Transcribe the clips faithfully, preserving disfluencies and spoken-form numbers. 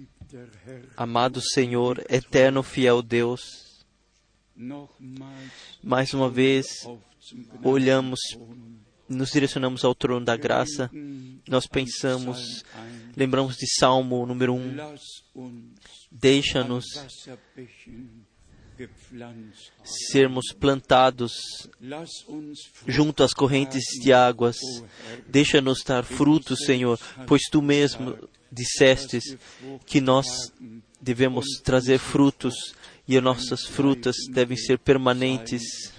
Amado Senhor, eterno, fiel Deus, mais uma vez olhamos, nos direcionamos ao trono da graça, nós pensamos, lembramos de Salmo número um, deixa-nos sermos plantados junto às correntes de águas, deixa-nos dar frutos, Senhor, pois Tu mesmo dissestes que nós devemos trazer frutos e as nossas frutas devem ser permanentes.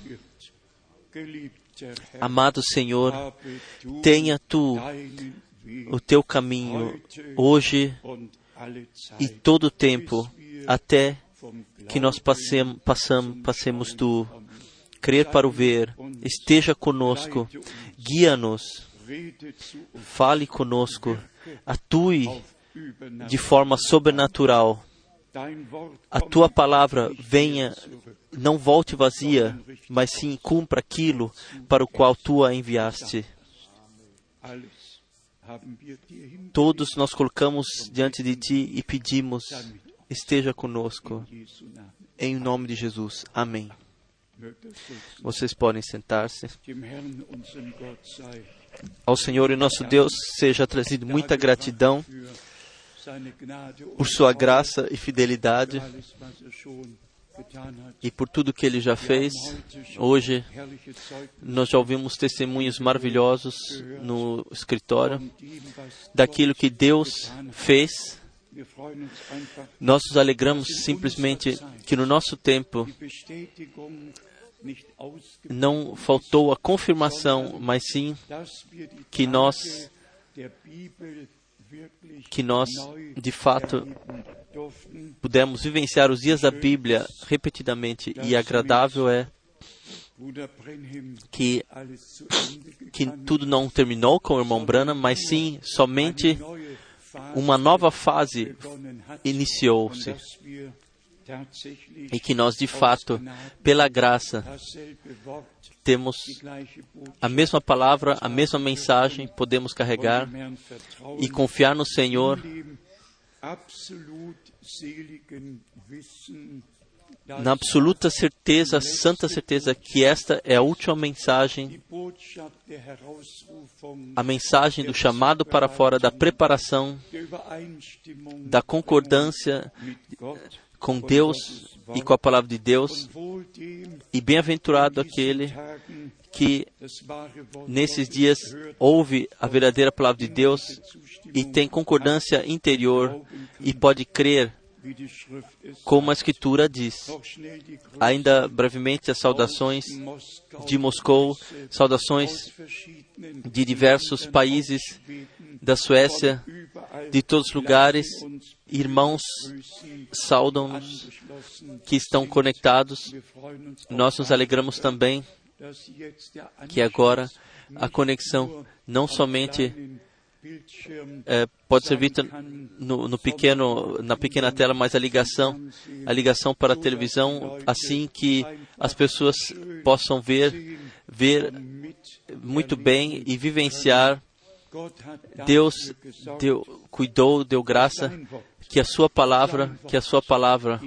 Amado Senhor, tenha Tu o Teu caminho hoje e todo o tempo, até que nós passemos, passamos, passemos do crer para o ver. Esteja conosco, guia-nos, fale conosco, atue de forma sobrenatural. A Tua palavra venha, não volte vazia, mas sim cumpra aquilo para o qual Tu a enviaste. Todos nós colocamos diante de Ti e pedimos, esteja conosco, em nome de Jesus. Amém. Vocês podem sentar-se. Ao Senhor e nosso Deus seja trazido muita gratidão por Sua graça e fidelidade e por tudo que Ele já fez. Hoje nós já ouvimos testemunhos maravilhosos no escritório daquilo que Deus fez. Nós nos alegramos simplesmente que no nosso tempo não faltou a confirmação, mas sim que nós, que nós, de fato, pudemos vivenciar os dias da Bíblia repetidamente. E agradável é que, que tudo não terminou com o irmão Branham, mas sim somente uma nova fase iniciou-se. E que nós, de fato, pela graça, temos a mesma palavra, a mesma mensagem, podemos carregar e confiar no Senhor na absoluta certeza, santa certeza, que esta é a última mensagem, a mensagem do chamado para fora, da preparação, da concordância com Deus e com a palavra de Deus. E bem-aventurado aquele que nesses dias ouve a verdadeira palavra de Deus e tem concordância interior e pode crer como a Escritura diz. Ainda brevemente as saudações de Moscou, saudações de diversos países, da Suécia, de todos os lugares. Irmãos saudam-nos que estão conectados. Nós nos alegramos também que agora a conexão não somente é, pode ser vista no, no pequeno, na pequena tela, mas a ligação, a ligação para a televisão, assim que as pessoas possam ver, ver muito bem e vivenciar. Deus deu, cuidou, deu graça, que a sua palavra, que a sua palavra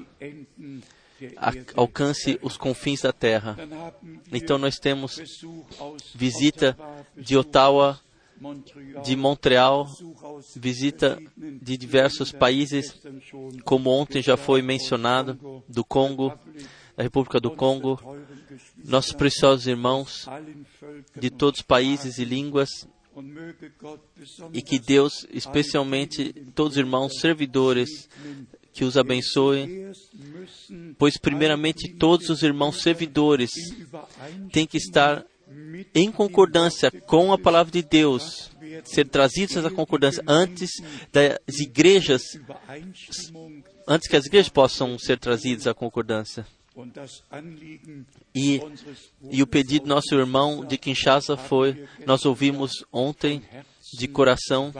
alcance os confins da terra. Então nós temos visita de Ottawa, de Montreal, visita de diversos países, como ontem já foi mencionado, do Congo, da República do Congo, nossos preciosos irmãos de todos os países e línguas, e que Deus, especialmente todos os irmãos servidores, que os abençoe, pois primeiramente todos os irmãos servidores têm que estar em concordância com a palavra de Deus, ser trazidos essa concordância antes das igrejas, antes que as igrejas possam ser trazidas à concordância. E, e o pedido do nosso irmão de Kinshasa foi, nós ouvimos ontem de coração,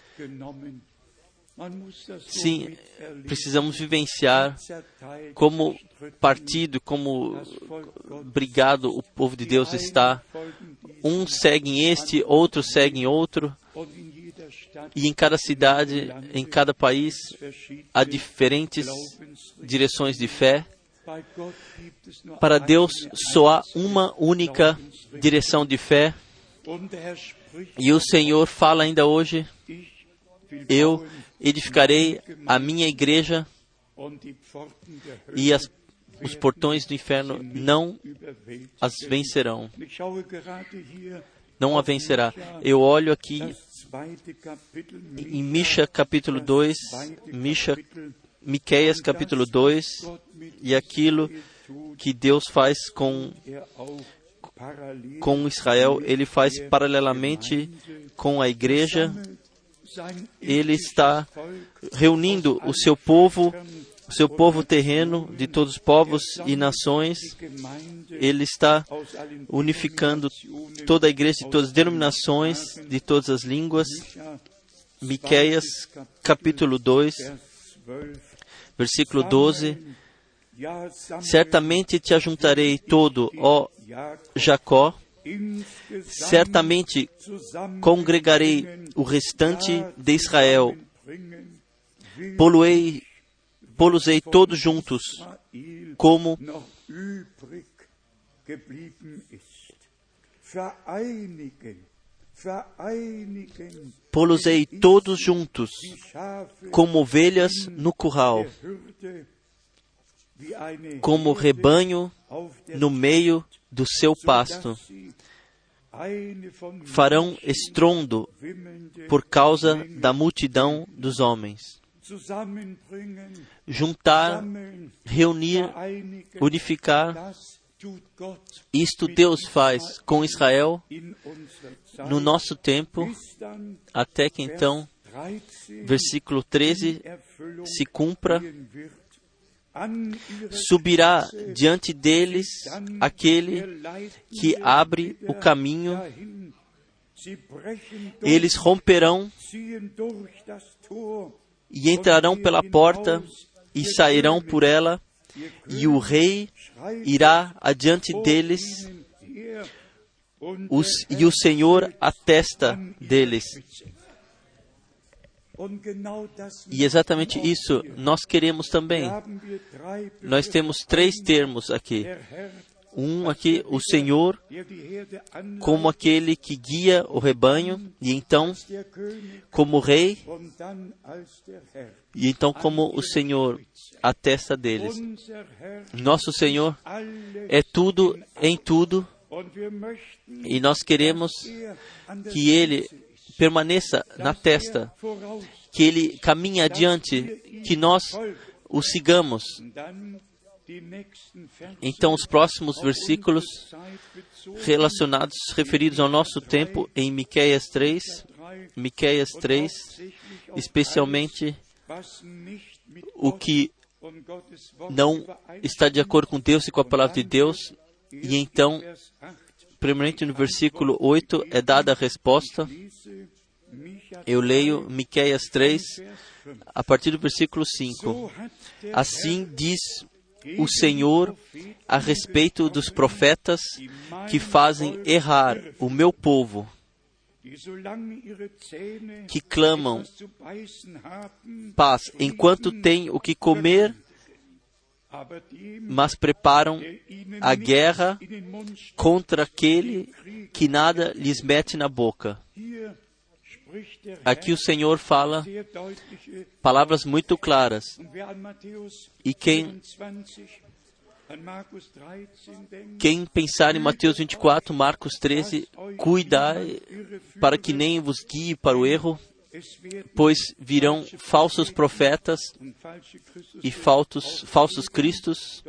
sim, precisamos vivenciar como partido, como brigado o povo de Deus está. Um segue em este, outro segue em outro. E em cada cidade, em cada país, há diferentes direções de fé. Para Deus, só há uma única direção de fé. E o Senhor fala ainda hoje: eu edificarei a minha igreja e as, os portões do inferno não as vencerão. Não a vencerá. Eu olho aqui em Micha capítulo dois, Micha, Miqueias capítulo dois, e aquilo que Deus faz com, com Israel, Ele faz paralelamente com a igreja. Ele está reunindo o seu povo, o seu povo terreno de todos os povos e nações. Ele está unificando toda a igreja de todas as denominações, de todas as línguas. Miqueias, capítulo dois, versículo doze. Certamente te ajuntarei todo, ó Jacó, certamente congregarei o restante de Israel, poluei, poluei todos juntos, como poluei todos juntos, como ovelhas no curral, como rebanho no meio do seu pasto. Farão estrondo por causa da multidão dos homens. Juntar, reunir, unificar. Isto Deus faz com Israel no nosso tempo, até que então, versículo treze, se cumpra. Subirá diante deles aquele que abre o caminho. Eles romperão e entrarão pela porta e sairão por ela, e o rei irá adiante deles, os, e o Senhor atesta deles. E exatamente isso nós queremos também. Nós temos três termos aqui. Um aqui, o Senhor, como aquele que guia o rebanho, e então como rei, e então como o Senhor atesta deles. Nosso Senhor é tudo em tudo, e nós queremos que Ele permaneça na testa, que Ele caminhe adiante, que nós o sigamos. Então, os próximos versículos relacionados, referidos ao nosso tempo, em Miqueias três, Miqueias três, especialmente o que não está de acordo com Deus e com a palavra de Deus. E então, primeiramente no versículo oito, é dada a resposta. Eu leio Miqueias três, a partir do versículo cinco. Assim diz o Senhor a respeito dos profetas que fazem errar o meu povo, que clamam paz enquanto têm o que comer, mas preparam a guerra contra aquele que nada lhes mete na boca. Aqui o Senhor fala palavras muito claras. E quem, quem pensar em Mateus vinte e quatro, Marcos treze, cuidai para que nem vos guie para o erro, pois virão falsos profetas e falsos, falsos cristos,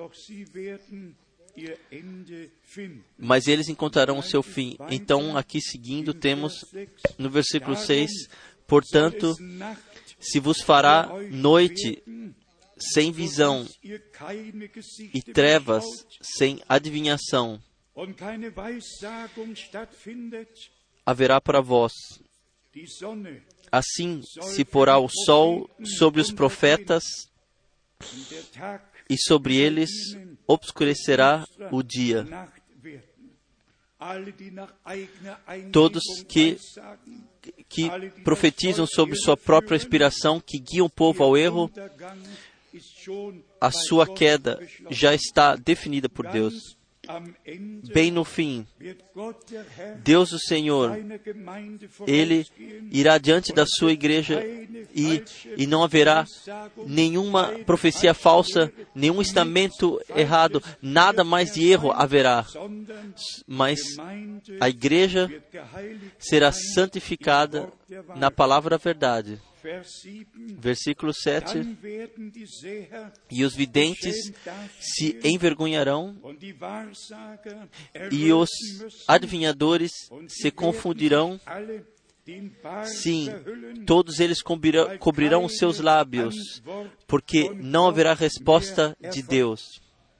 mas eles encontrarão o seu fim. Então, aqui seguindo, temos no versículo seis, portanto, se vos fará noite sem visão e trevas sem adivinhação, haverá para vós. Assim se porá o sol sobre os profetas, e sobre eles obscurecerá o dia. todos que, que profetizam sobre sua própria inspiração, que guiam o povo ao erro, a sua queda já está definida por Deus. Bem no fim, Deus o Senhor, Ele irá diante da sua igreja e, e não haverá nenhuma profecia falsa, nenhum estamento errado, nada mais de erro haverá. Mas a igreja será santificada na palavra da verdade. Versículo sete. E os videntes se envergonharão, e os adivinhadores se confundirão. Sim, todos eles cobrirão, cobrirão os seus lábios, porque não haverá resposta de Deus.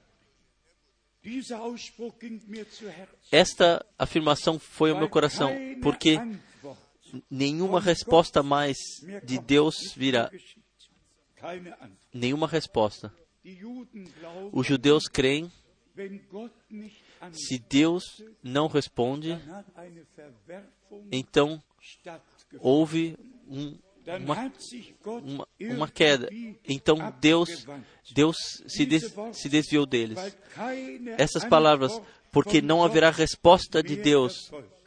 Esta afirmação foi ao meu coração, porque nenhuma resposta mais de Deus virá. Nenhuma resposta. Os judeus creem, se Deus não responde, então houve um, uma, uma, uma queda. Então Deus, Deus se, des, se desviou deles. Essas palavras, porque não haverá resposta de Deus.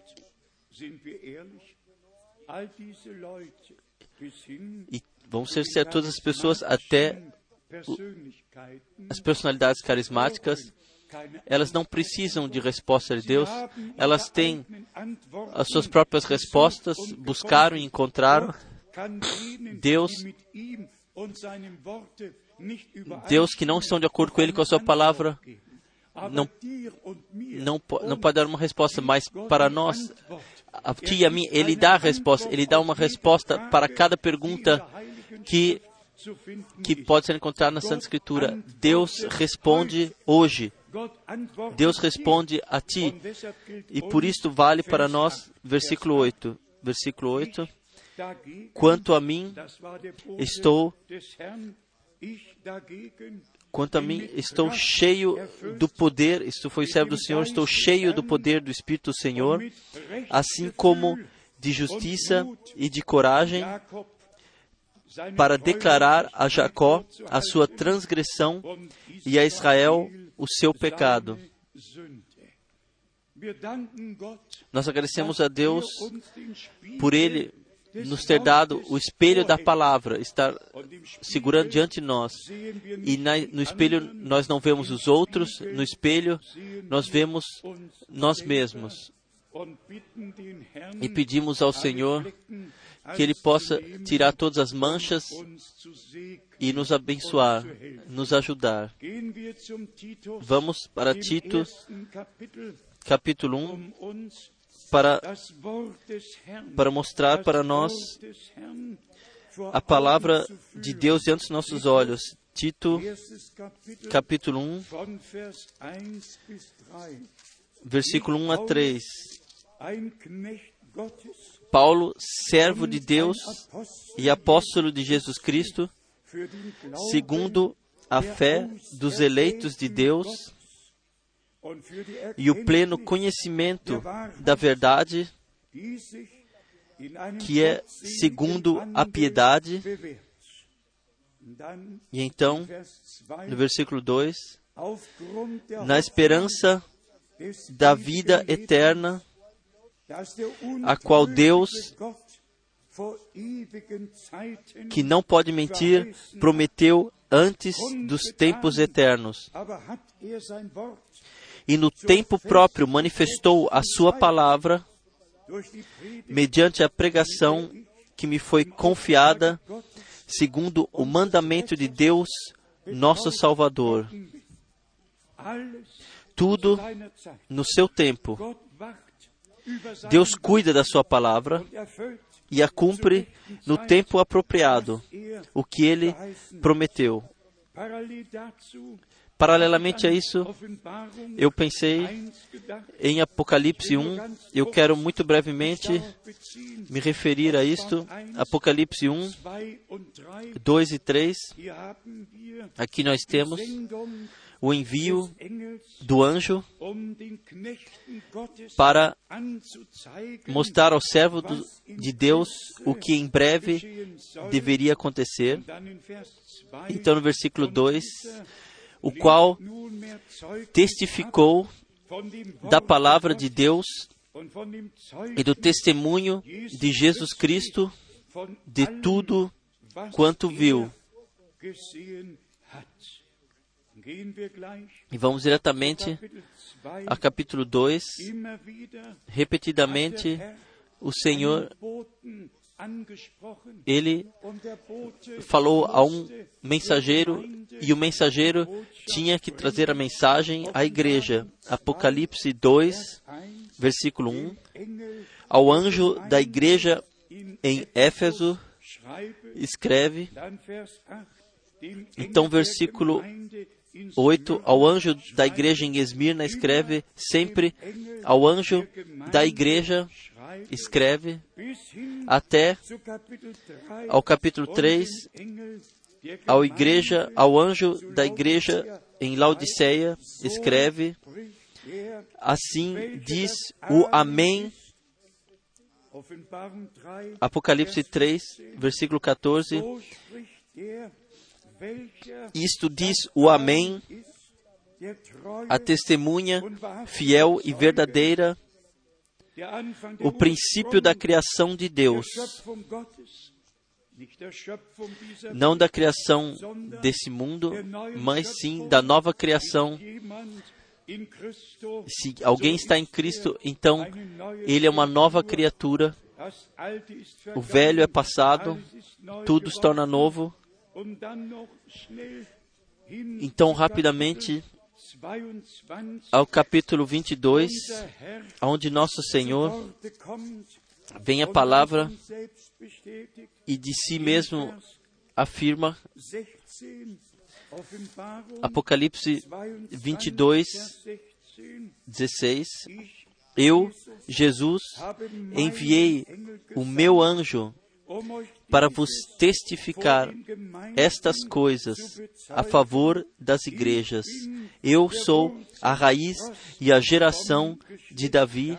E vamos ser certos, todas as pessoas, até o, as personalidades carismáticas, elas não precisam de resposta de Deus, elas têm as suas próprias respostas, buscaram e encontraram. Deus, Deus que não estão de acordo com Ele, com a sua palavra, não, não, não pode dar uma resposta, mas para nós, a ti e a mim, Ele dá a resposta. Ele dá uma resposta para cada pergunta que, que pode ser encontrada na Santa Escritura. Deus responde hoje. Deus responde a ti. E por isso vale para nós, versículo oito. Versículo oito. Quanto a mim, estou... Quanto a mim, estou cheio do poder, isto foi o servo do Senhor, estou cheio do poder do Espírito do Senhor, assim como de justiça e de coragem, para declarar a Jacó a sua transgressão e a Israel o seu pecado. Nós agradecemos a Deus por Ele nos ter dado o espelho da palavra, estar segurando diante de nós. E na, no espelho nós não vemos os outros, no espelho nós vemos nós mesmos. E pedimos ao Senhor que Ele possa tirar todas as manchas e nos abençoar, nos ajudar. Vamos para Tito, capítulo um, para, para mostrar para nós a palavra de Deus diante dos nossos olhos. Tito, capítulo um, versículo um a três. Paulo, servo de Deus e apóstolo de Jesus Cristo, segundo a fé dos eleitos de Deus e o pleno conhecimento da verdade, que é segundo a piedade. E então, no versículo dois, na esperança da vida eterna, a qual Deus, que não pode mentir, prometeu antes dos tempos eternos. E no tempo próprio manifestou a sua palavra, mediante a pregação que me foi confiada, segundo o mandamento de Deus, nosso Salvador. Tudo no seu tempo. Deus cuida da sua palavra e a cumpre no tempo apropriado, o que Ele prometeu. Paralelamente a isso, eu pensei em Apocalipse um. Eu quero muito brevemente me referir a isto. Apocalipse um, dois e três. Aqui nós temos o envio do anjo para mostrar ao servo do, de Deus o que em breve deveria acontecer. Então, no versículo dois, o qual testificou da palavra de Deus e do testemunho de Jesus Cristo de tudo quanto viu. E vamos diretamente a capítulo dois. Repetidamente, o Senhor, Ele falou a um mensageiro, e o mensageiro tinha que trazer a mensagem à igreja. Apocalipse dois, versículo um. Ao anjo da igreja em Éfeso, escreve. Então, versículo oito. Ao anjo da igreja em Esmirna, escreve. Sempre ao anjo da igreja, escreve. Até ao capítulo três. Ao, igreja, ao anjo da igreja em Laodiceia, escreve. Assim diz o Amém. Apocalipse três, versículo catorze. Isto diz o Amém, a testemunha fiel e verdadeira, o princípio da criação de Deus. Não da criação desse mundo, mas sim da nova criação. Se alguém está em Cristo, então ele é uma nova criatura. O velho é passado, tudo se torna novo. Então, rapidamente, ao capítulo vinte e dois, onde nosso Senhor vem a palavra e de si mesmo afirma. Apocalipse vinte e dois, dezesseis. Eu, Jesus, enviei o meu anjo para vos testificar estas coisas a favor das igrejas. Eu sou a raiz e a geração de Davi,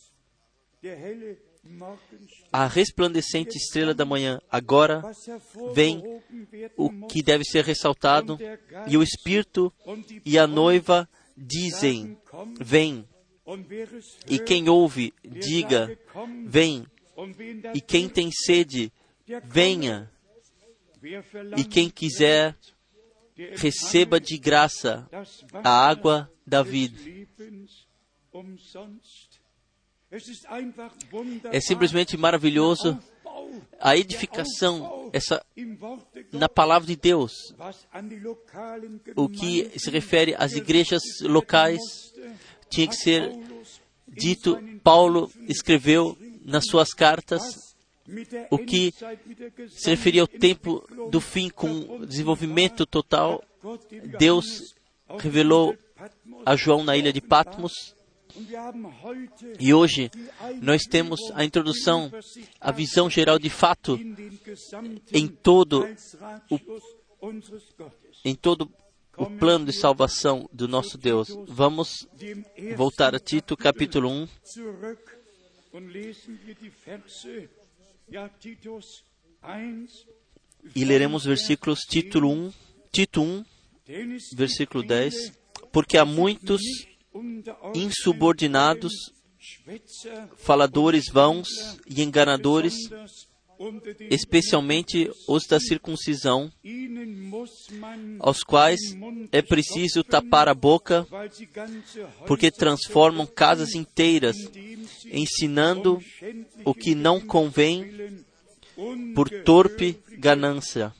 a resplandecente estrela da manhã. Agora vem o que deve ser ressaltado, e o Espírito e a noiva dizem, vem. E quem ouve, diga, vem. E quem tem sede, venha. E quem quiser, receba de graça a água da vida. É simplesmente maravilhoso a edificação essa, na palavra de Deus. O que se refere às igrejas locais tinha que ser dito. Paulo escreveu nas suas cartas o que se referia ao tempo do fim com desenvolvimento total. Deus revelou a João na ilha de Patmos. E hoje nós temos a introdução, a visão geral de fato em todo o, em todo o plano de salvação do nosso Deus. Vamos voltar a Tito, capítulo um. E leremos versículos Tito um, Tito um, versículo dez. Porque há muitos insubordinados, faladores vãos e enganadores, especialmente os da circuncisão, aos quais é preciso tapar a boca, porque transformam casas inteiras, ensinando o que não convém por torpe ganância.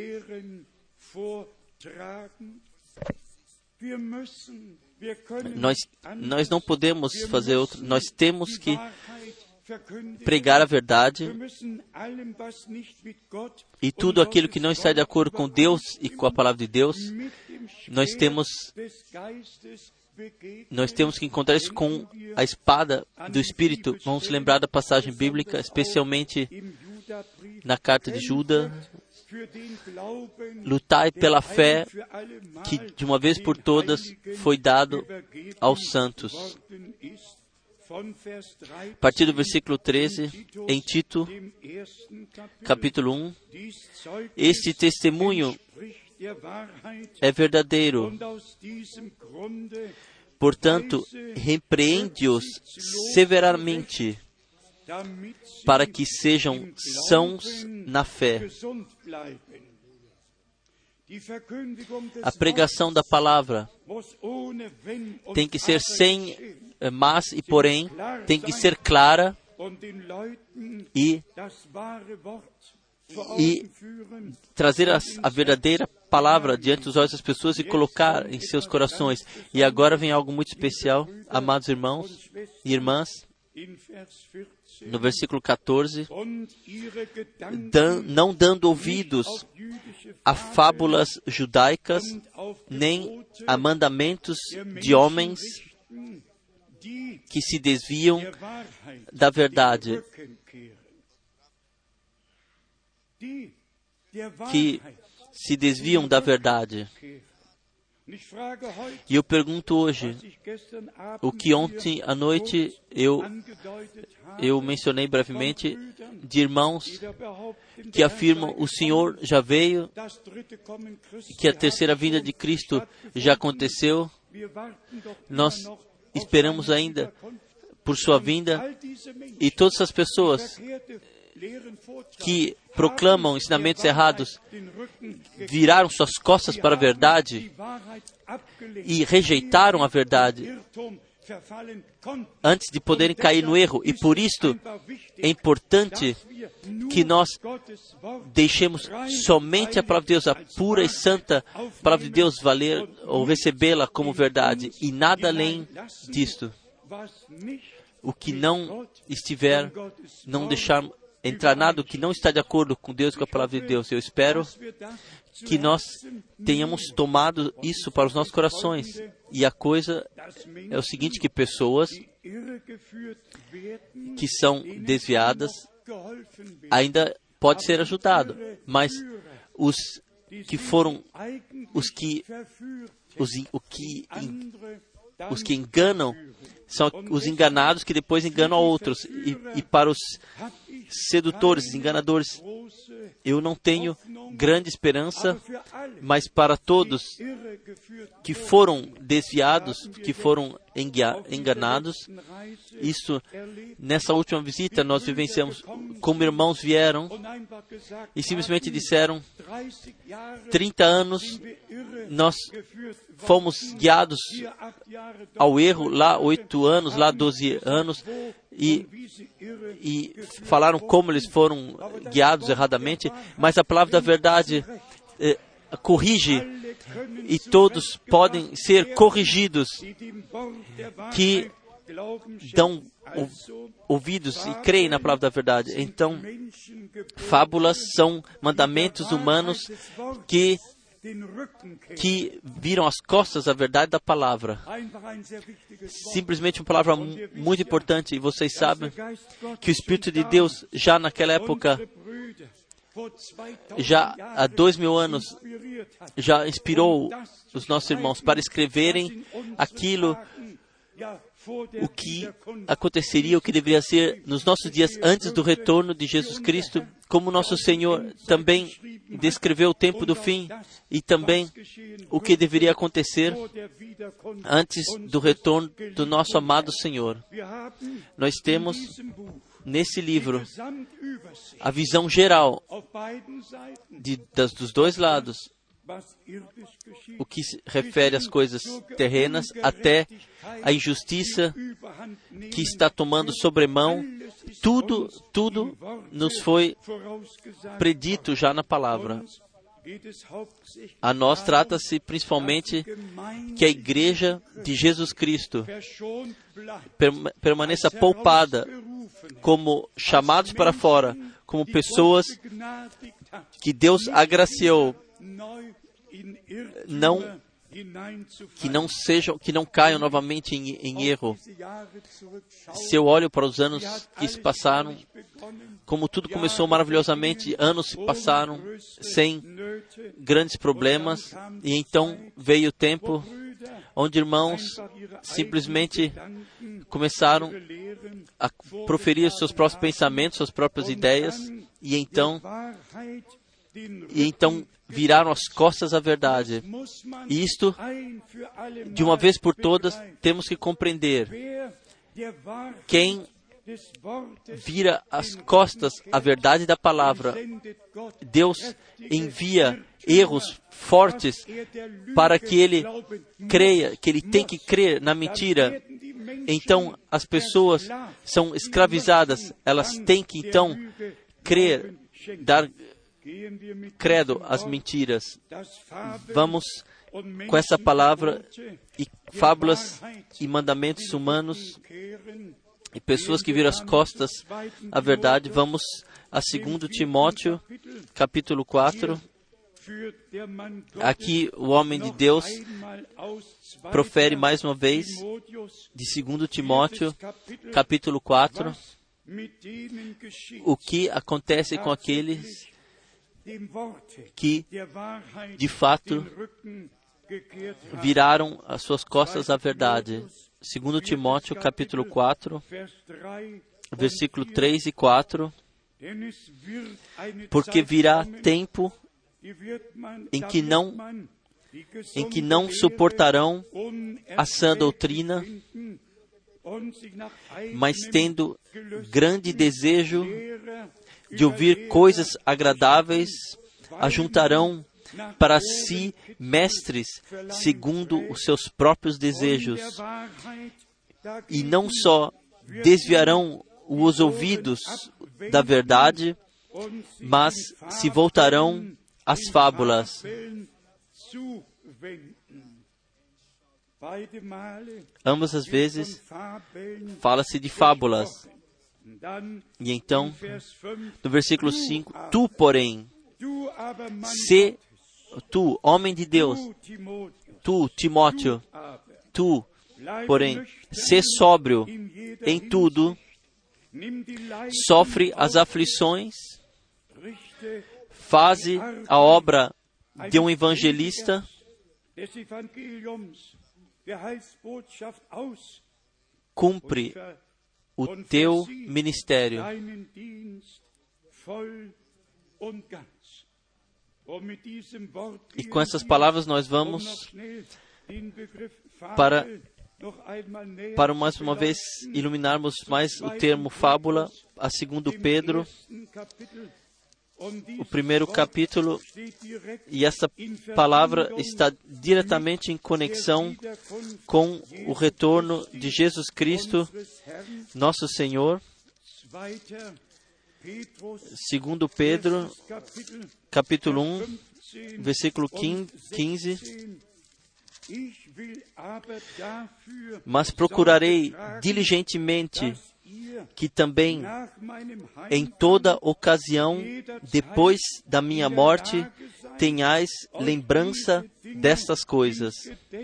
Nós, nós não podemos fazer outro. Nós temos que pregar a verdade, e tudo aquilo que não está de acordo com Deus e com a palavra de Deus, nós temos, nós temos que encontrar isso com a espada do Espírito. Vamos lembrar da passagem bíblica, especialmente na carta de Judas, lutai pela fé que, de uma vez por todas, foi dado aos santos. A partir do versículo treze, em Tito, capítulo um, este testemunho é verdadeiro. Portanto, repreende-os severamente, para que sejam sãos na fé. A pregação da palavra tem que ser sem mas e porém, tem que ser clara e, e trazer a, a verdadeira palavra diante dos olhos das pessoas e colocar em seus corações. E agora vem algo muito especial, amados irmãos e irmãs, no versículo quatorze, dan, não dando ouvidos a fábulas judaicas, nem a mandamentos de homens que se desviam da verdade, que se desviam da verdade. E eu pergunto hoje, o que ontem à noite eu, eu mencionei brevemente, de irmãos que afirmam o Senhor já veio, que a terceira vinda de Cristo já aconteceu. Nós esperamos ainda por sua vinda, e todas as pessoas que proclamam ensinamentos errados viraram suas costas para a verdade e rejeitaram a verdade antes de poderem cair no erro. E por isto é importante que nós deixemos somente a palavra de Deus, a pura e santa palavra de Deus, valer ou recebê-la como verdade, e nada além disto. O que não estiver, não deixar entrar nada que não está de acordo com Deus e com a palavra de Deus. Eu espero que nós tenhamos tomado isso para os nossos corações. E a coisa é o seguinte, que pessoas que são desviadas ainda pode ser ajudado, mas os que foram, os que, os, o que, os que enganam, são os enganados que depois enganam a outros. E, e para os sedutores, enganadores, eu não tenho grande esperança, mas para todos que foram desviados, que foram enganados, isso, nessa última visita, nós vivenciamos como irmãos vieram e simplesmente disseram, trinta anos, nós fomos guiados ao erro, lá oito anos, lá doze anos, e, e falaram como eles foram guiados erradamente, mas a palavra da verdade eh, corrige, e todos podem ser corrigidos, que dão ouvidos e creem na palavra da verdade. Então, fábulas são mandamentos humanos que que viram as costas à verdade da palavra. Simplesmente uma palavra muito importante, e vocês sabem que o Espírito de Deus, já naquela época, já há dois mil anos, já inspirou os nossos irmãos para escreverem aquilo, o que aconteceria, o que deveria ser nos nossos dias antes do retorno de Jesus Cristo, como nosso Senhor também descreveu o tempo do fim, e também o que deveria acontecer antes do retorno do nosso amado Senhor. Nós temos nesse livro a visão geral de, das, dos dois lados, o que se refere às coisas terrenas, até a injustiça que está tomando sobremão. Tudo, tudo nos foi predito já na palavra. A nós trata-se principalmente que a igreja de Jesus Cristo permaneça poupada, como chamados para fora, como pessoas que Deus agraciou, não que não sejam, que não caiam novamente em, em erro. Se eu olho para os anos que se passaram, como tudo começou maravilhosamente, anos se passaram sem grandes problemas, e então veio o tempo onde irmãos simplesmente começaram a proferir seus próprios pensamentos, suas próprias ideias, e então, e então viraram as costas à verdade. E isto, de uma vez por todas, temos que compreender. Quem vira as costas à verdade da palavra, Deus envia erros fortes para que ele creia, que ele tem que crer na mentira. Então, as pessoas são escravizadas, elas têm que, então, crer, dar credo às mentiras. Vamos com essa palavra e fábulas e mandamentos humanos e pessoas que viram as costas à verdade. Vamos a dois Timóteo, capítulo quatro. Aqui o homem de Deus profere mais uma vez de dois Timóteo, capítulo quatro, o que acontece com aqueles que, de fato, viraram as suas costas à verdade. dois Timóteo, capítulo quatro, versículo três e quatro. Porque virá tempo em que não, em que não suportarão a sã doutrina, mas tendo grande desejo de ouvir coisas agradáveis, ajuntarão para si mestres segundo os seus próprios desejos, e não só desviarão os ouvidos da verdade, mas se voltarão às fábulas. Ambas as vezes fala-se de fábulas. E então, no versículo cinco, tu, porém, se tu, homem de Deus, tu, Timóteo, tu, porém, se sóbrio em tudo, sofre as aflições, faze a obra de um evangelista, cumpre o teu ministério. E com essas palavras nós vamos para, para mais uma vez iluminarmos mais o termo fábula, a segundo Pedro, o primeiro capítulo, e essa palavra está diretamente em conexão com o retorno de Jesus Cristo, nosso Senhor. Segundo Pedro, capítulo um, versículo quinze. Mas procurarei diligentemente que também em toda ocasião, depois da minha morte, tenhais lembrança destas coisas.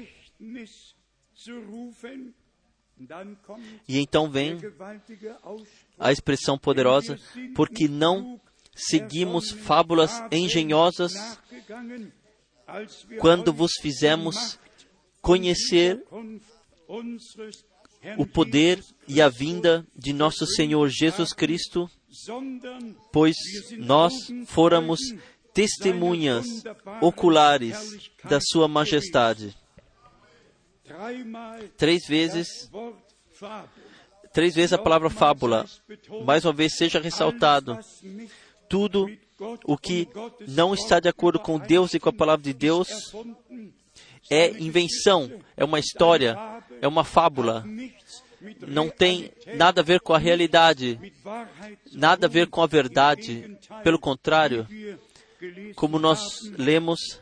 E então vem a expressão poderosa, porque não seguimos fábulas engenhosas quando vos fizemos conhecer o poder e a vinda de nosso Senhor Jesus Cristo, pois nós fôramos testemunhas oculares da sua majestade. Três vezes, três vezes a palavra fábula, mais uma vez seja ressaltado, tudo o que não está de acordo com Deus e com a palavra de Deus é invenção, é uma história, é uma fábula. Não tem nada a ver com a realidade, nada a ver com a verdade. Pelo contrário, como nós lemos,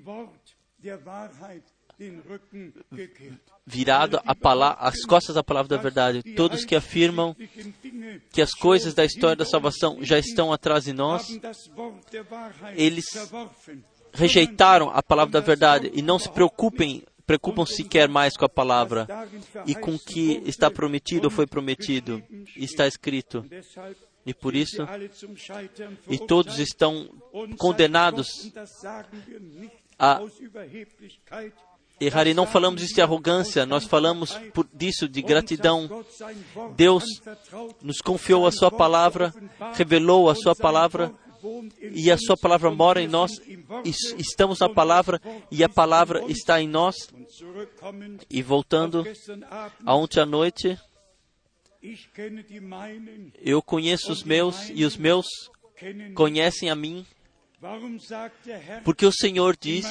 virado a palavra, as costas da palavra da verdade. Todos que afirmam que as coisas da história da salvação já estão atrás de nós, eles rejeitaram a palavra da verdade e não se preocupem, preocupam sequer mais com a palavra e com o que está prometido ou foi prometido, está escrito. E por isso, e todos estão condenados a errar. E não falamos isso de arrogância, nós falamos por, disso de gratidão. Deus nos confiou a sua palavra, revelou a sua palavra, e a sua palavra mora em nós, e estamos na palavra, e a palavra está em nós. E voltando a ontem à noite, eu conheço os meus, e os meus conhecem a mim, porque o Senhor diz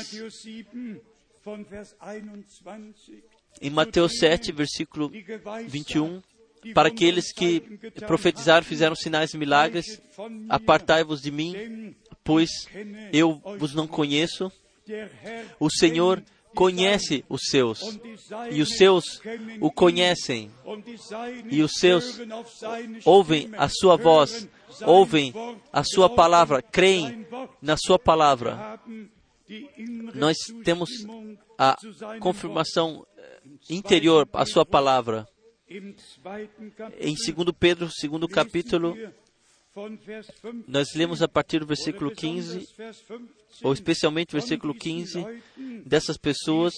em Mateus sete, versículo vinte e um, para aqueles que profetizaram, fizeram sinais e milagres, apartai-vos de mim, pois eu vos não conheço. O Senhor conhece os seus, e os seus o conhecem, e os seus ouvem a sua voz, ouvem a sua palavra, creem na sua palavra. Nós temos a confirmação interior, a sua palavra. Em segundo Pedro, segundo capítulo, nós lemos a partir do versículo quinze, ou especialmente o versículo quinze, dessas pessoas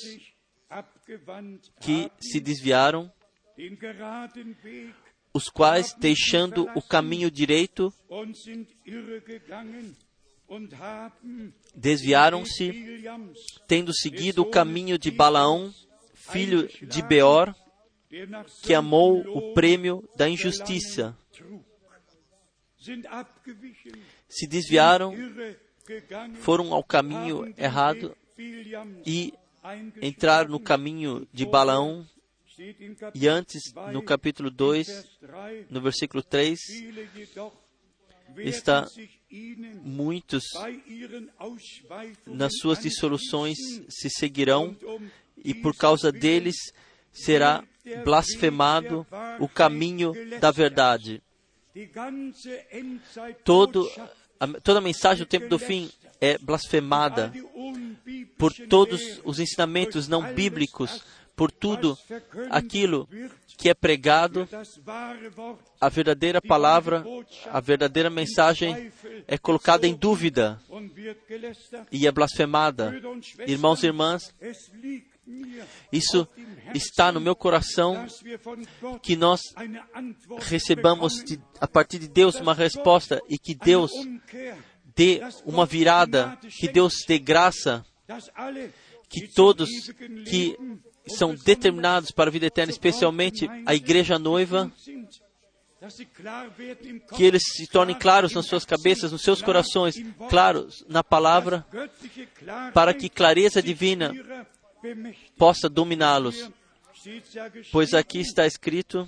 que se desviaram, os quais, deixando o caminho direito, desviaram-se, tendo seguido o caminho de Balaão, filho de Beor, que amou o prêmio da injustiça. Se desviaram, foram ao caminho errado e entraram no caminho de Balaão. E antes, no capítulo dois, no versículo três, está: muitos nas suas dissoluções se seguirão, e por causa deles será blasfemado o caminho da verdade. Todo, a, toda a mensagem do tempo do fim é blasfemada por todos os ensinamentos não bíblicos, por tudo aquilo que é pregado. A verdadeira palavra, a verdadeira mensagem é colocada em dúvida e é blasfemada. Irmãos e irmãs, isso está no meu coração, que nós recebamos de, a partir de Deus uma resposta, e que Deus dê uma virada, que Deus dê graça, que todos que são determinados para a vida eterna, especialmente a igreja noiva, que eles se tornem claros nas suas cabeças, nos seus corações, claros na palavra, para que clareza divina possa dominá-los. Pois aqui está escrito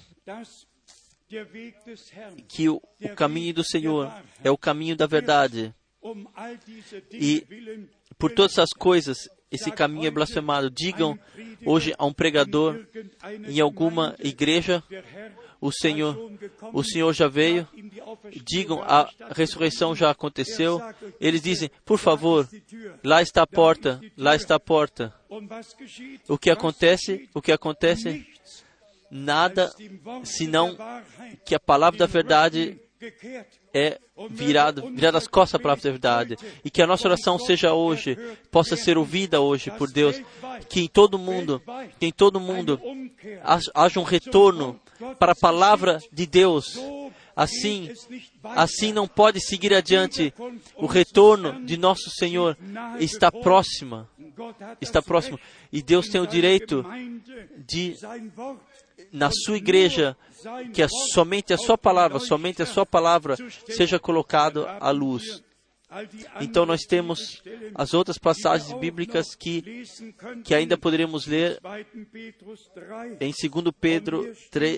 que o, o caminho do Senhor é o caminho da verdade. E por todas essas coisas, esse caminho é blasfemado. Digam hoje a um pregador em alguma igreja: o Senhor, o Senhor já veio. Digam, a ressurreição já aconteceu. Eles dizem: por favor, lá está a porta, lá está a porta. O que acontece? O que acontece? Nada, senão que a palavra da verdade é virada, virada as costas à palavra da verdade. E que a nossa oração seja hoje, possa ser ouvida hoje por Deus. Que em todo mundo, que em todo mundo haja um retorno para a palavra de Deus. Assim, assim não pode seguir adiante. O retorno de nosso Senhor está próximo. Está próximo. E Deus tem o direito de, na sua igreja, que é somente a sua palavra, somente a sua palavra seja colocado à luz. Então nós temos as outras passagens bíblicas que, que ainda poderemos ler em segundo Pedro três,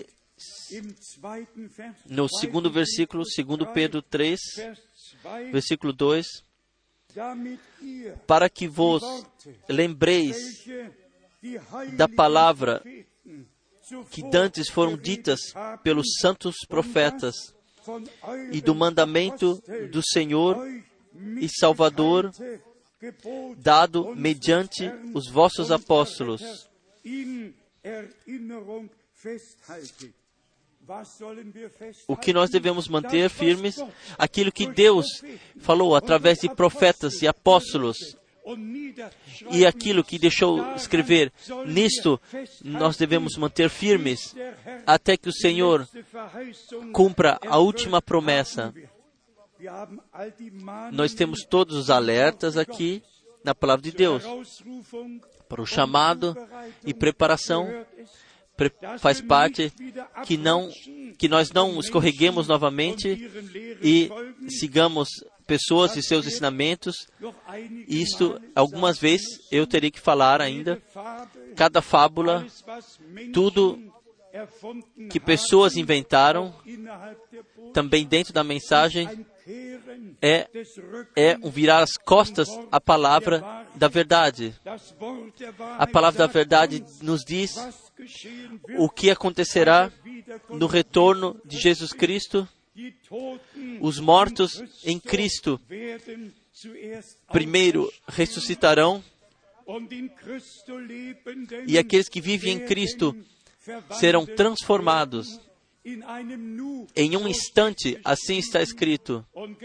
no segundo versículo, segundo Pedro três, versículo dois, para que vos lembreis da palavra que dantes foram ditas pelos santos profetas, e do mandamento do Senhor e Salvador dado mediante os vossos apóstolos. O que nós devemos manter firmes? Aquilo que Deus falou através de profetas e apóstolos. E aquilo que deixou escrever, nisto nós devemos manter firmes até que o Senhor cumpra a última promessa. Nós temos todos os alertas aqui na palavra de Deus para o chamado e preparação. Pre- faz parte que não que nós não escorreguemos novamente e sigamos pessoas e seus ensinamentos. Isto, algumas vezes, eu teria que falar ainda. Cada fábula, tudo que pessoas inventaram, também dentro da mensagem, é, é um virar as costas à palavra da verdade. A palavra da verdade nos diz o que acontecerá no retorno de Jesus Cristo. Os mortos em Cristo primeiro ressuscitarão, e aqueles que vivem em Cristo serão transformados em um instante, assim está escrito.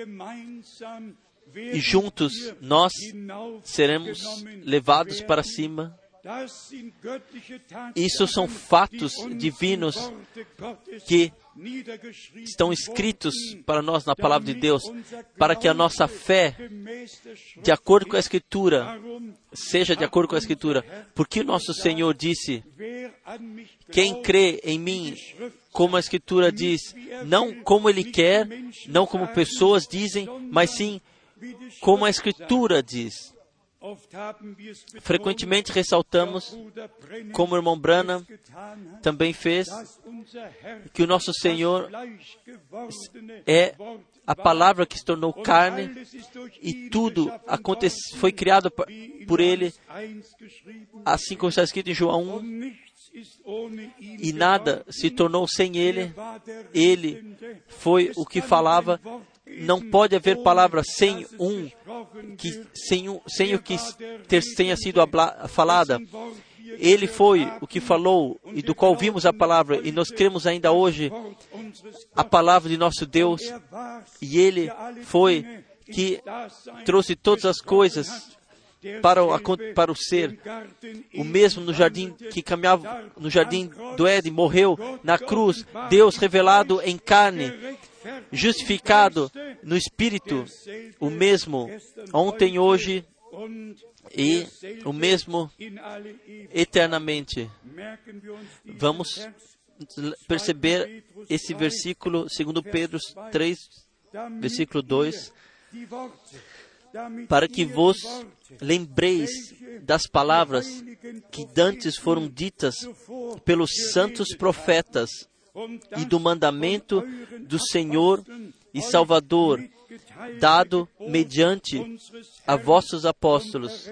E juntos nós seremos levados para cima. Isso são fatos divinos que estão escritos para nós na palavra de Deus, para que a nossa fé, de acordo com a Escritura, seja de acordo com a Escritura. Porque o nosso Senhor disse: quem crê em mim, como a Escritura diz, não como Ele quer, não como pessoas dizem, mas sim como a Escritura diz. Frequentemente ressaltamos, como o irmão Branham também fez, que o nosso Senhor é a palavra que se tornou carne e tudo acontece, foi criado por Ele, assim como está escrito em João um, e nada se tornou sem Ele. Ele foi o que falava. Não pode haver palavra sem um, que, sem, um sem o que ter, tenha sido habla, falada. Ele foi o que falou e do qual vimos a palavra, e nós cremos ainda hoje a palavra de nosso Deus. E Ele foi que trouxe todas as coisas para o, para o ser. O mesmo no jardim que caminhava no jardim do Éden, morreu na cruz. Deus revelado em carne, justificado no Espírito, o mesmo ontem, hoje e o mesmo eternamente. Vamos perceber esse versículo, segundo Pedro três, versículo dois, para que vos lembreis das palavras que dantes foram ditas pelos santos profetas e do mandamento do Senhor e Salvador, dado mediante a vossos apóstolos.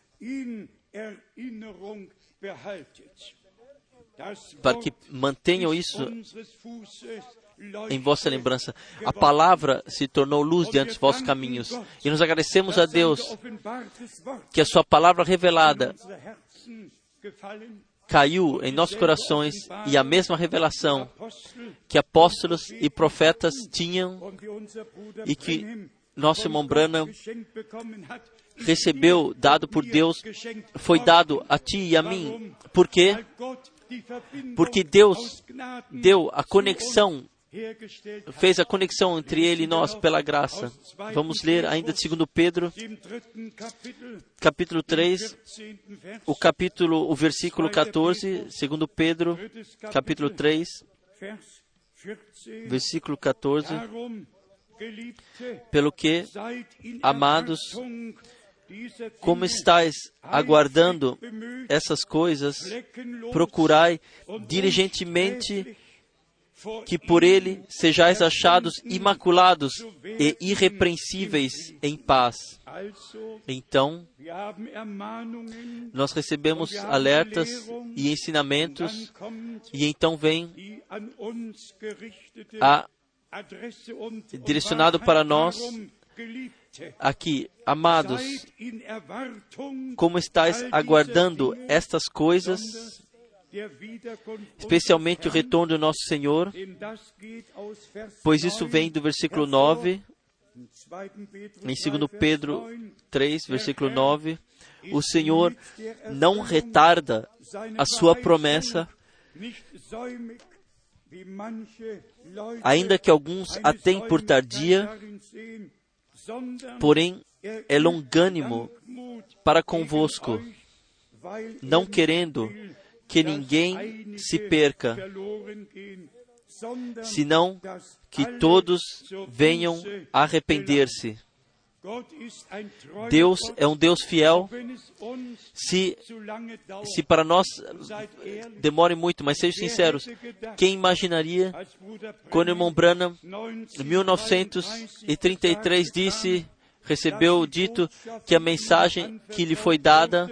Para que mantenham isso em vossa lembrança. A palavra se tornou luz diante dos vossos caminhos. E nos agradecemos a Deus que a sua palavra revelada caiu em nossos corações, e a mesma revelação que apóstolos e profetas tinham e que nosso irmão Branham recebeu, dado por Deus, foi dado a ti e a mim. Por quê? Porque Deus deu a conexão, fez a conexão entre Ele e nós pela graça. Vamos ler ainda de segundo Pedro, capítulo três, o capítulo, o versículo catorze, segundo Pedro, capítulo três, versículo catorze. Pelo que, amados, como estáis aguardando essas coisas, procurai diligentemente que por Ele sejais achados imaculados e irrepreensíveis em paz. Então, nós recebemos alertas e ensinamentos, e então vem a direcionado para nós aqui, amados, como estáis aguardando estas coisas, especialmente o retorno do nosso Senhor, pois isso vem do versículo nove, em segundo Pedro três, versículo nove, o Senhor não retarda a sua promessa, ainda que alguns a tenham por tardia, porém é longânimo para convosco, não querendo que ninguém se perca, senão que todos venham a arrepender-se. Deus é um Deus fiel. Se, se para nós demore muito, mas sejam sinceros, quem imaginaria quando o irmão Branham, em mil novecentos e trinta e três, disse, recebeu dito que a mensagem que lhe foi dada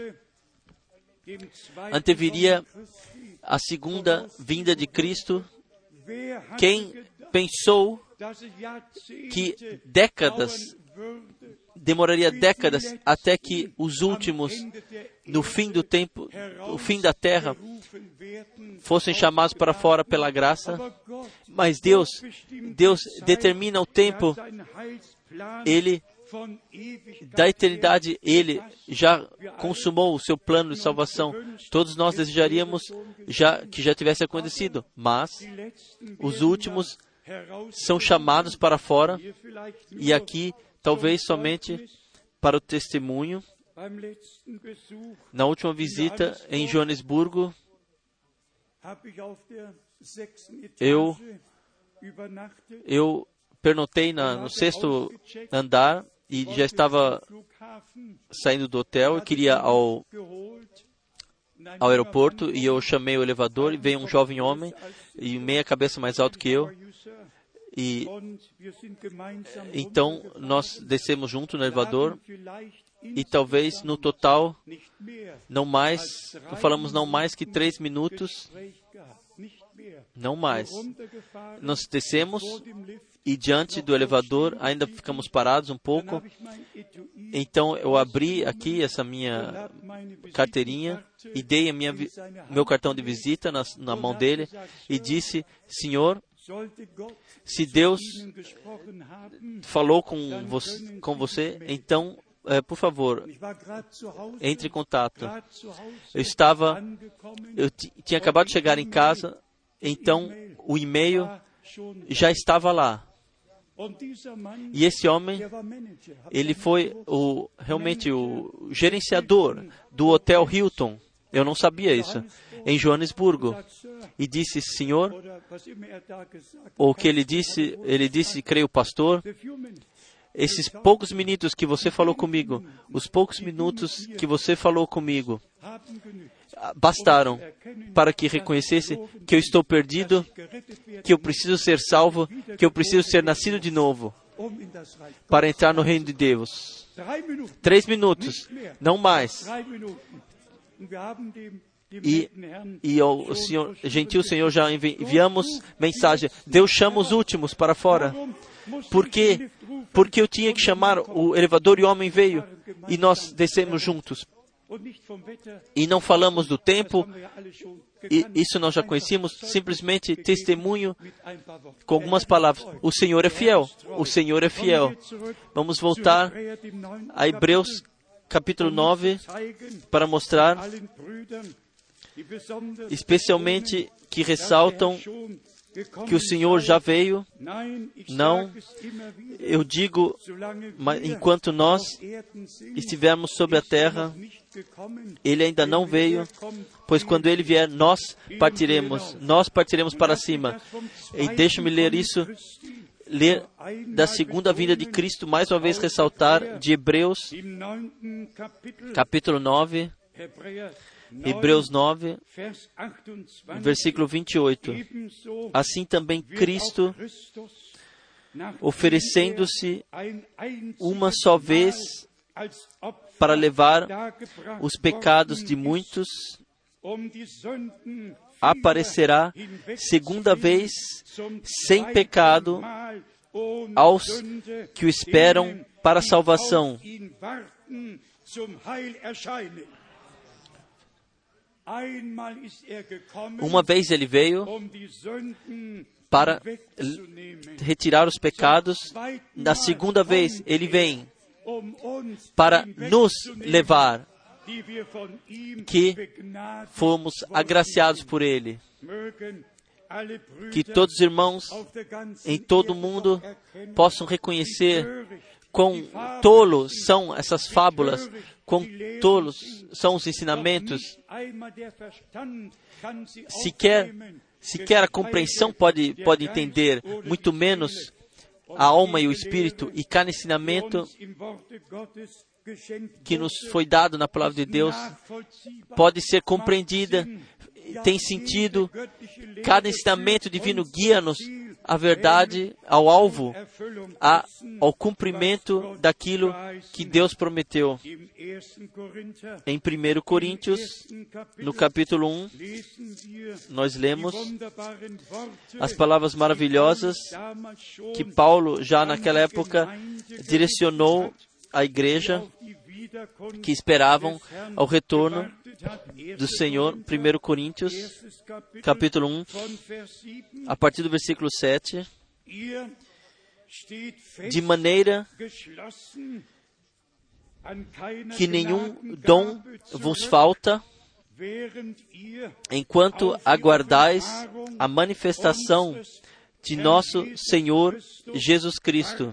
anteviria a segunda vinda de Cristo? Quem pensou que décadas, demoraria décadas até que os últimos, no fim do tempo, o fim da terra, fossem chamados para fora pela graça? Mas Deus, Deus determina o tempo. Ele, da eternidade, Ele já consumou o seu plano de salvação. Todos nós desejaríamos já, que já tivesse acontecido, mas os últimos são chamados para fora, e aqui, talvez somente para o testemunho. Na última visita em Joanesburgo, eu, eu pernotei na, no sexto andar e já estava saindo do hotel. Eu queria ir ao, ao aeroporto e eu chamei o elevador e veio um jovem homem e meia cabeça mais alto que eu. E então nós descemos junto no elevador e talvez no total não mais, falamos não mais que três minutos, não mais. Nós descemos e diante do elevador ainda ficamos parados um pouco. Então eu abri aqui essa minha carteirinha e dei a minha, meu cartão de visita na, na mão dele e disse: Senhor, se Deus falou com você, com você então, é, por favor, entre em contato. Eu estava, eu t- tinha acabado de chegar em casa, então o e-mail já estava lá. E esse homem, ele foi o, realmente o gerenciador do Hotel Hilton. Eu não sabia isso. Em Joanesburgo. E disse: Senhor, ou que ele disse, ele disse, creio, pastor, esses poucos minutos que você falou comigo, os poucos minutos que você falou comigo, bastaram para que reconhecesse que eu estou perdido, que eu preciso ser salvo, que eu preciso ser nascido de novo para entrar no reino de Deus. Três minutos, não mais. E, e o senhor, gentil Senhor, já envi, enviamos mensagem. Deus chama os últimos para fora. Por quê? Porque eu tinha que chamar o elevador e o homem veio. E nós descemos juntos. E não falamos do tempo. E isso nós já conhecíamos. Simplesmente testemunho com algumas palavras. O Senhor é fiel. O Senhor é fiel. Vamos voltar a Hebreus capítulo nove para mostrar, especialmente, que ressaltam que o Senhor já veio. Não, eu digo, mas enquanto nós estivermos sobre a terra, Ele ainda não veio, pois quando Ele vier, nós partiremos, nós partiremos para cima. E deixe-me ler isso, ler da segunda vinda de Cristo, mais uma vez ressaltar, de Hebreus, capítulo nove, Hebreus nove, versículo vinte e oito. Assim também Cristo, oferecendo-se uma só vez para levar os pecados de muitos, aparecerá segunda vez sem pecado aos que o esperam para a salvação. Uma vez ele veio para retirar os pecados, na segunda vez ele vem para nos levar, que fomos agraciados por ele. Que todos os irmãos em todo o mundo possam reconhecer quão tolos são essas fábulas, quão tolos são os ensinamentos. Sequer, sequer a compreensão pode, pode entender, muito menos a alma e o espírito. E cada ensinamento que nos foi dado na palavra de Deus pode ser compreendida, tem sentido. Cada ensinamento divino guia-nos à verdade, ao alvo, a, ao cumprimento daquilo que Deus prometeu. Em primeiro Coríntios, no capítulo um, nós lemos as palavras maravilhosas que Paulo, já naquela época, direcionou à igreja que esperavam ao retorno do Senhor. Primeiro Coríntios, capítulo um, a partir do versículo sete. De maneira que nenhum dom vos falta, enquanto aguardais a manifestação de nosso Senhor Jesus Cristo,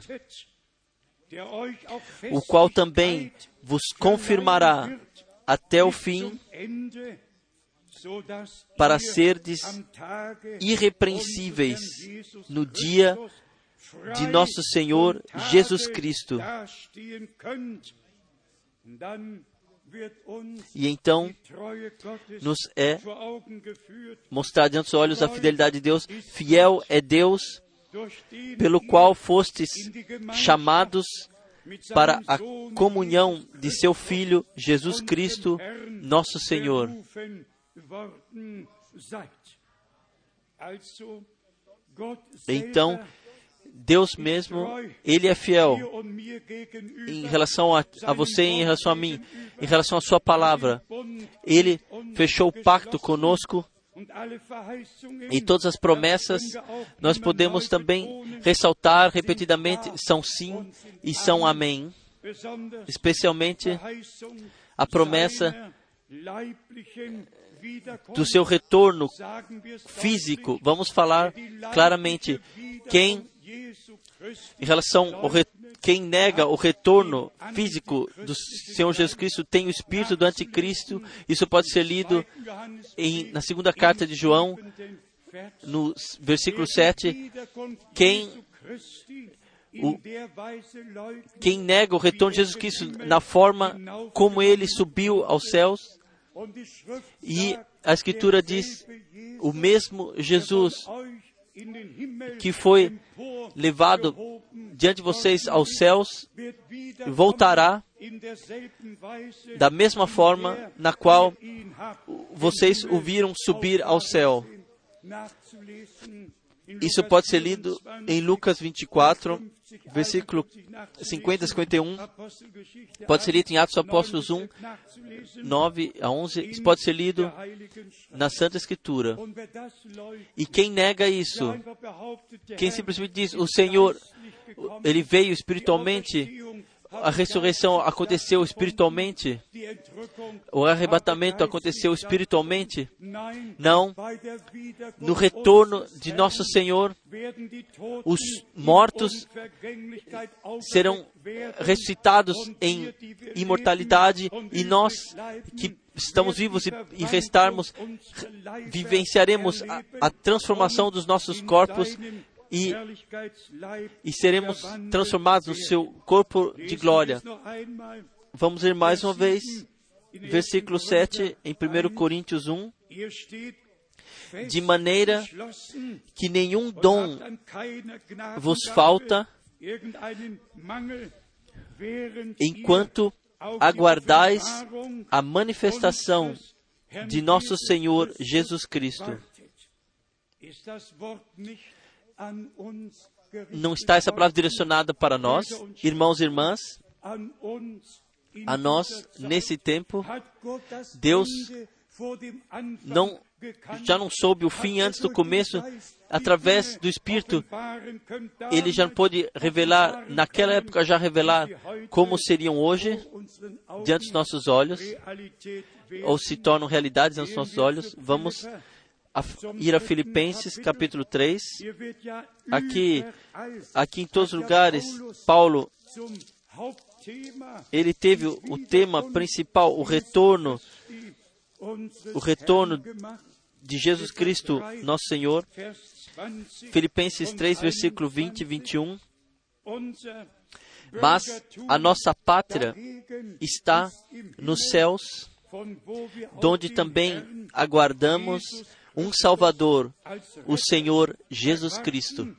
o qual também vos confirmará até o fim, para serdes irrepreensíveis no dia de nosso Senhor Jesus Cristo. E então nos é mostrado diante dos olhos a fidelidade de Deus. Fiel é Deus, pelo qual fostes chamados para a comunhão de seu Filho, Jesus Cristo, nosso Senhor. Então, Deus mesmo, Ele é fiel em relação a, a você e em relação a mim, em relação à sua palavra. Ele fechou o pacto conosco. E todas as promessas, nós podemos também ressaltar repetidamente, são sim e são amém. Especialmente a promessa do seu retorno físico. Vamos falar claramente, quem, em relação ao re, quem nega o retorno físico do Senhor Jesus Cristo tem o espírito do anticristo. Isso pode ser lido em, na segunda carta de João, no versículo sete. Quem, o, quem nega o retorno de Jesus Cristo na forma como ele subiu aos céus, e a Escritura diz, o mesmo Jesus que foi levado diante de vocês aos céus, voltará da mesma forma na qual vocês o viram subir ao céu. Isso pode ser lido em Lucas vinte e quatro, versículo cinquenta a cinquenta e um. Pode ser lido em Atos dos Apóstolos um, nove a onze. Isso pode ser lido na Santa Escritura. E quem nega isso, quem simplesmente diz, o Senhor, Ele veio espiritualmente, a ressurreição aconteceu espiritualmente, o arrebatamento aconteceu espiritualmente. Não, no retorno de nosso Senhor, os mortos serão ressuscitados em imortalidade, e nós que estamos vivos e, e restarmos, vivenciaremos a, a transformação dos nossos corpos E, e seremos transformados no seu corpo de glória. Vamos ler mais uma vez, versículo sete, em primeiro Coríntios um. De maneira que nenhum dom vos falta, enquanto aguardais a manifestação de nosso Senhor Jesus Cristo. não está essa palavra direcionada para nós, irmãos e irmãs, a nós, nesse tempo, Deus não, já não soube o fim antes do começo, através do Espírito, Ele já pôde revelar, naquela época já revelar como seriam hoje, diante dos nossos olhos, ou se tornam realidades diante dos nossos olhos. Vamos a, ir a Filipenses, capítulo três. Aqui, aqui em todos os lugares, Paulo, ele teve o tema principal, o retorno, o retorno de Jesus Cristo, nosso Senhor. Filipenses três, versículo vinte e vinte e um. Mas a nossa pátria está nos céus, donde também aguardamos um Salvador, o Senhor Jesus Cristo,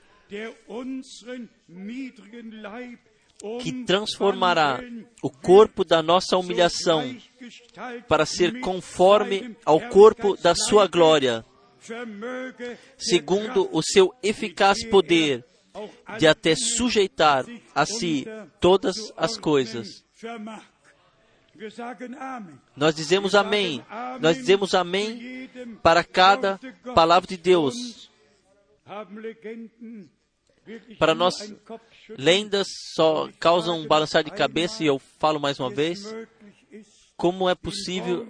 que transformará o corpo da nossa humilhação para ser conforme ao corpo da sua glória, segundo o seu eficaz poder, de até sujeitar a si todas as coisas. Nós dizemos amém. Nós dizemos amém para cada palavra de Deus. Para nós, lendas só causam um balançar de cabeça, e eu falo mais uma vez, como é possível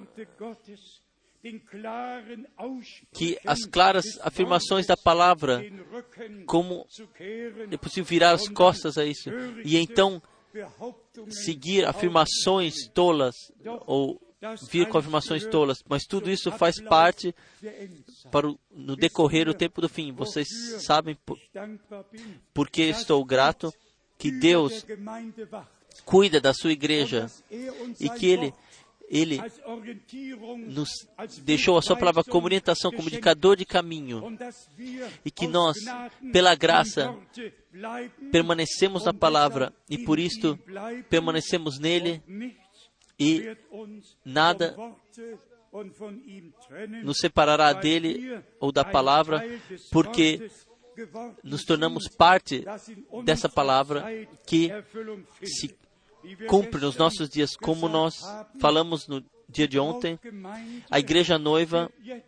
que as claras afirmações da palavra, como é possível virar as costas a isso, e então seguir afirmações tolas, ou vir com afirmações tolas, mas tudo isso faz parte para o, no decorrer do tempo do fim. Vocês sabem por, por que estou grato que Deus cuida da sua igreja e que Ele, Ele nos deixou a sua palavra como orientação, como indicador de caminho, e que nós, pela graça, permanecemos na palavra e por isto permanecemos nele, e nada nos separará dele ou da palavra, porque nos tornamos parte dessa palavra que se cumpre nos nossos dias, como nós falamos no dia de ontem. A igreja noiva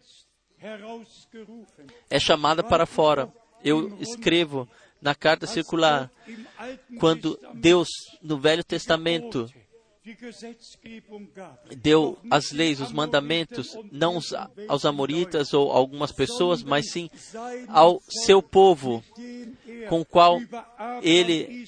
é chamada para fora. Eu escrevo na carta circular, quando Deus, no Velho Testamento, deu as leis, os mandamentos, não aos amoritas ou algumas pessoas, mas sim ao seu povo, com o qual ele,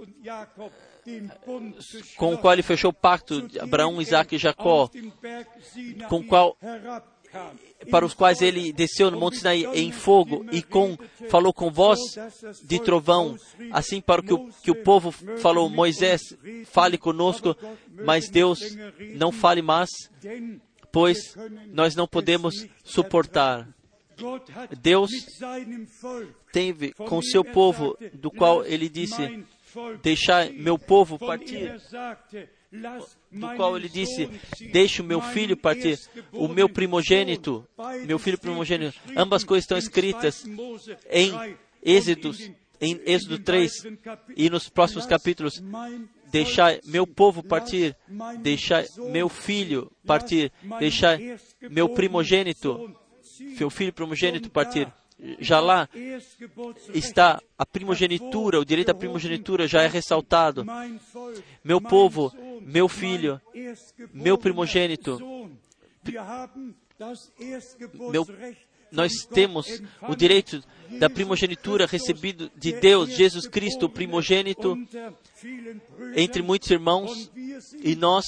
com o qual ele fechou o pacto de Abraão, Isaac e Jacó, com o qual, para os quais ele desceu no Monte Sinai em fogo e com, falou com voz de trovão, assim para o que, o que o povo falou: Moisés, fale conosco, mas Deus não fale mais, pois nós não podemos suportar. Deus teve com o seu povo, do qual ele disse: deixai meu povo partir, do qual ele disse: deixe o meu filho partir, o meu primogênito, meu filho primogênito. Ambas coisas estão escritas em Êxodo, em Êxodo três, e nos próximos capítulos: deixai meu povo partir, deixai meu filho partir, deixai meu primogênito, meu filho primogênito partir. Já lá está a primogenitura, o direito à primogenitura já é ressaltado. Meu povo, meu filho, meu primogênito, meu, nós temos o direito da primogenitura recebido de Deus, Jesus Cristo, o primogênito, entre muitos irmãos, e nós,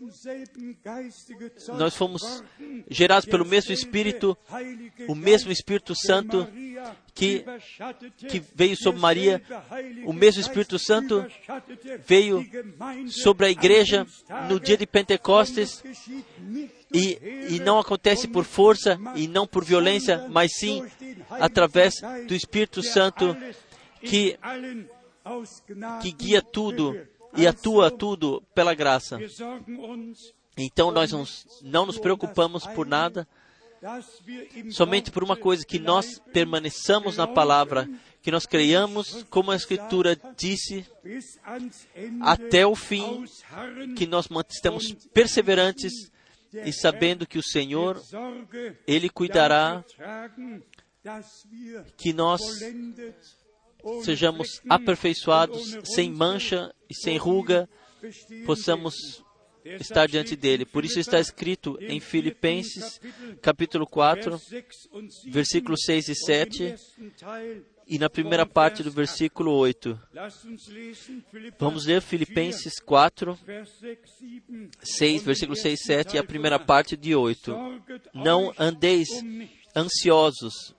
nós fomos gerados pelo mesmo Espírito, o mesmo Espírito Santo que, que veio sobre Maria, o mesmo Espírito Santo veio sobre a igreja no dia de Pentecostes, e, e não acontece por força e não por violência, mas sim através do Espírito Santo que, que guia tudo e atua tudo pela graça. Então nós não, não nos preocupamos por nada, somente por uma coisa: que nós permaneçamos na palavra, que nós creiamos, como a Escritura disse, até o fim, que nós estamos perseverantes e sabendo que o Senhor, Ele cuidará que nós sejamos aperfeiçoados, sem mancha e sem ruga, possamos estar diante dele. Por isso está escrito em Filipenses, capítulo quatro, versículos seis e sete, e na primeira parte do versículo oito. Vamos ler Filipenses quatro, seis, versículo seis e sete, e a primeira parte de oito. Não andeis ansiosos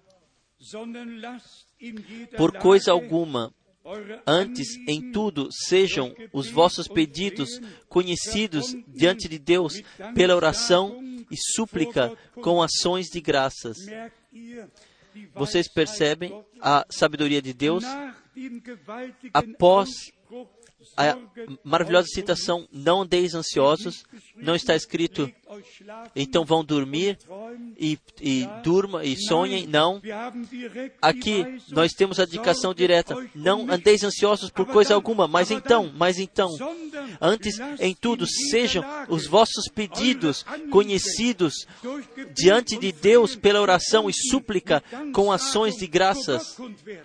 por coisa alguma, antes, em tudo, sejam os vossos pedidos conhecidos diante de Deus pela oração e súplica com ações de graças. Vocês percebem a sabedoria de Deus? Após a maravilhosa citação, não andeis ansiosos, não está escrito, então vão dormir e, e durma e sonhem, não. Aqui nós temos a indicação direta, não andeis ansiosos por coisa alguma, mas então, mas então, antes em tudo sejam os vossos pedidos conhecidos diante de Deus pela oração e súplica com ações de graças.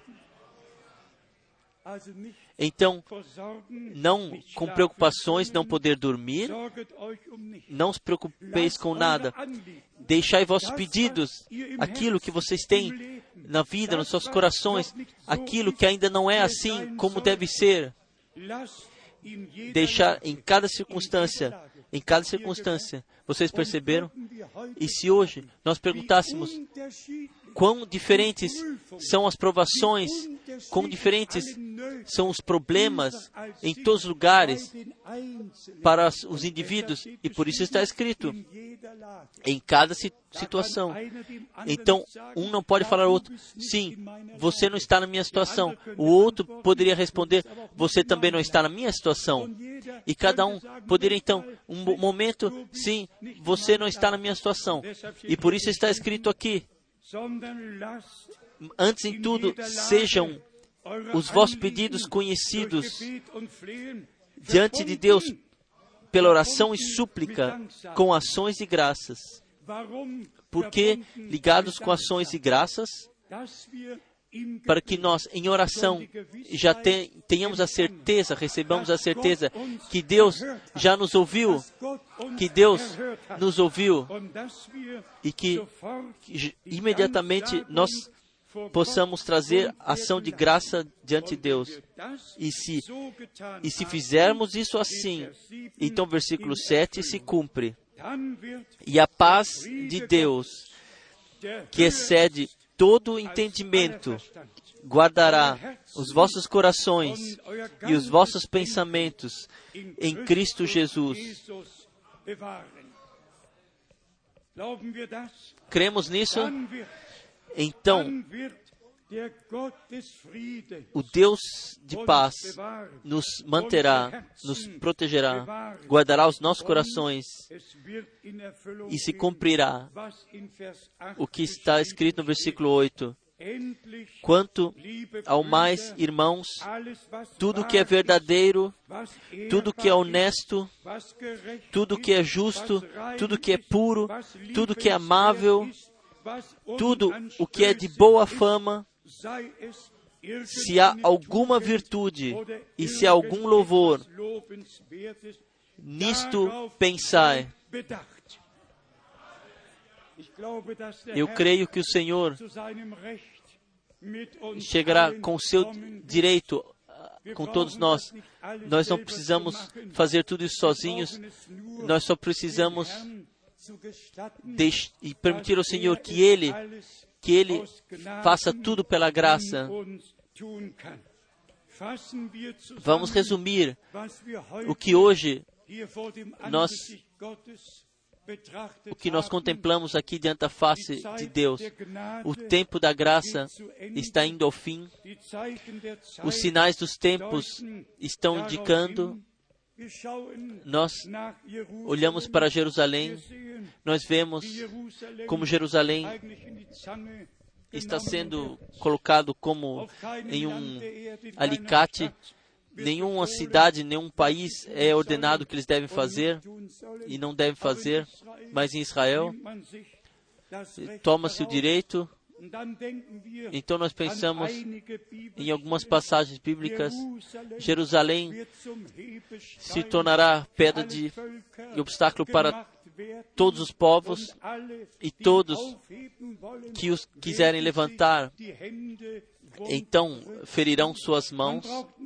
Então, não com preocupações, não poder dormir, não os preocupeis com nada. Deixai vossos pedidos, aquilo que vocês têm na vida, nos seus corações, aquilo que ainda não é assim como deve ser. Deixar em cada circunstância, em cada circunstância. Vocês perceberam? E se hoje nós perguntássemos quão diferentes são as provações, quão diferentes são os problemas em todos os lugares para os indivíduos, e por isso está escrito, em cada situação. Então, um não pode falar ao outro, sim, você não está na minha situação. O outro poderia responder, você também não está na minha situação. E cada um poderia, então, um momento, sim, você não está na minha situação. E por isso está escrito aqui, antes em tudo, sejam os vossos pedidos conhecidos diante de Deus pela oração e súplica com ações de graças. Por que ligados com ações de graças? Para que nós, em oração, já ten, tenhamos a certeza, recebamos a certeza que Deus já nos ouviu, que Deus nos ouviu e que, que imediatamente nós possamos trazer ação de graça diante de Deus. E se, e se fizermos isso assim, então o versículo sete se cumpre. E a paz de Deus, que excede todo o entendimento, guardará os vossos corações e os vossos pensamentos em Cristo Jesus. Cremos nisso? Então, o Deus de paz nos manterá, nos protegerá, guardará os nossos corações e se cumprirá o que está escrito no versículo oito. Quanto ao mais, irmãos, tudo que é verdadeiro, tudo que é honesto, tudo que é justo, tudo que é puro, tudo que é amável, tudo o que é de boa fama, se há alguma virtude e se há algum louvor, nisto pensai. Eu creio que o Senhor chegará com o seu direito com todos nós. Nós não precisamos fazer tudo isso sozinhos. Nós só precisamos e permitir ao Senhor que Ele, que Ele faça tudo pela graça. Vamos resumir o que hoje nós, o que nós contemplamos aqui diante da face de Deus. O tempo da graça está indo ao fim. Os sinais dos tempos estão indicando. Nós olhamos para Jerusalém, nós vemos como Jerusalém está sendo colocado como em um alicate. Nenhuma cidade, nenhum país é ordenado o que eles devem fazer e não devem fazer, mas em Israel toma-se o direito. Então nós pensamos em algumas passagens bíblicas. Jerusalém se tornará pedra de obstáculo para todos os povos, e todos que os quiserem levantar, então ferirão suas mãos.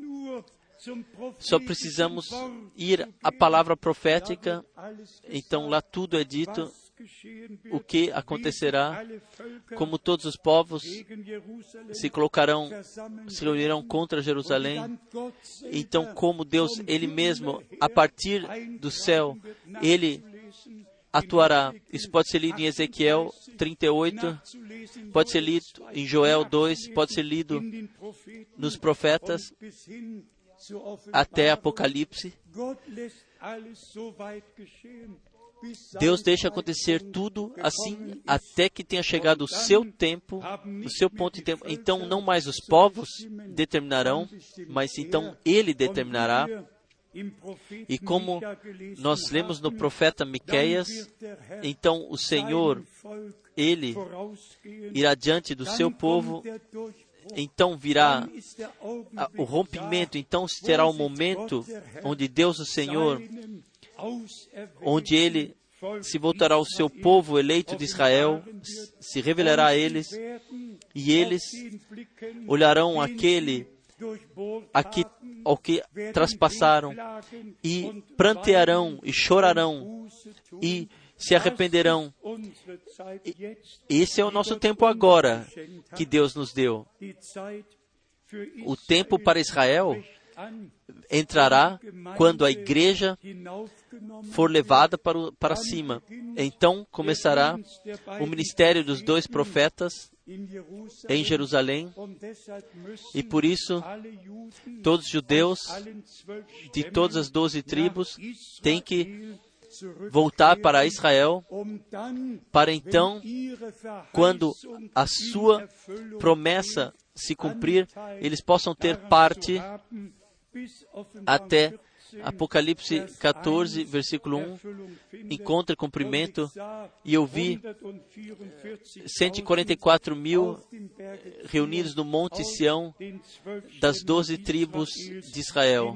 Só precisamos ir à palavra profética, então lá tudo é dito, o que acontecerá, como todos os povos se colocarão, se reunirão contra Jerusalém. Então, como Deus, Ele mesmo, a partir do céu, Ele atuará. Isso pode ser lido em Ezequiel trinta e oito, pode ser lido em Joel dois, pode ser lido nos profetas, até Apocalipse. Deus deixa acontecer tudo assim até que tenha chegado o seu tempo, o seu ponto de tempo. Então não mais os povos determinarão, mas então Ele determinará. E como nós lemos no profeta Miqueias, então o Senhor, Ele irá diante do seu povo. Então virá o rompimento, então terá o momento onde Deus, o Senhor, onde Ele se voltará ao seu povo eleito de Israel, se revelará a eles, e eles olharão aquele aqui, ao que traspassaram, e prantearão, e chorarão, e se arrependerão. Esse é o nosso tempo agora, que Deus nos deu. O tempo para Israel entrará quando a igreja for levada para, o, para cima. Então começará o ministério dos dois profetas em Jerusalém, e por isso todos os judeus de todas as doze tribos têm que voltar para Israel, para então, quando a sua promessa se cumprir, eles possam ter parte até Apocalipse catorze, versículo um, encontra cumprimento, e eu vi cento e quarenta e quatro mil reunidos no Monte Sião, das doze tribos de Israel.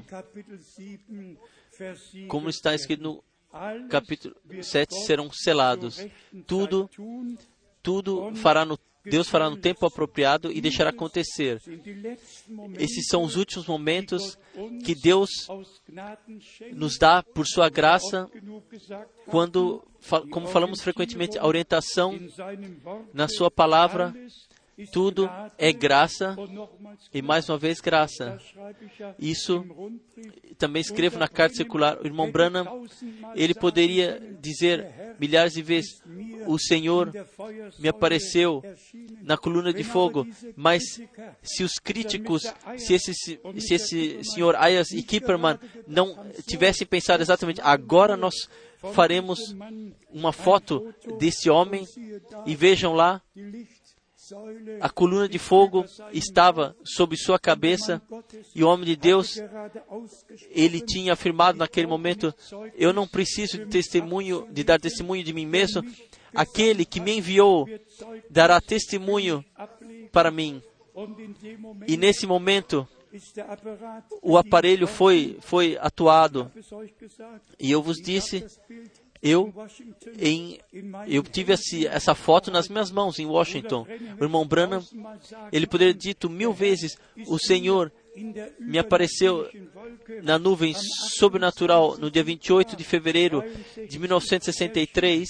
Como está escrito no capítulo sete, serão selados. Tudo, tudo fará no Deus fará no tempo apropriado e deixará acontecer. Esses são os últimos momentos que Deus nos dá por sua graça, quando, como falamos frequentemente, a orientação na sua palavra, tudo é graça, e mais uma vez graça. Isso também escrevo na carta circular. O irmão Branham, ele poderia dizer milhares de vezes: o Senhor me apareceu na coluna de fogo, mas se os críticos, se esse, se esse senhor Ayers e Kipperman não tivessem pensado exatamente, agora nós faremos uma foto desse homem, e vejam lá, a coluna de fogo estava sobre sua cabeça, e o homem de Deus, ele tinha afirmado naquele momento: eu não preciso de testemunho, de dar testemunho de mim mesmo, aquele que me enviou dará testemunho para mim. E nesse momento, o aparelho foi, foi atuado, e eu vos disse, Eu, em, eu tive esse, essa foto nas minhas mãos em Washington. O irmão Branham, ele poderia ter dito mil vezes: o Senhor me apareceu na nuvem sobrenatural no dia vinte e oito de fevereiro de mil novecentos e sessenta e três,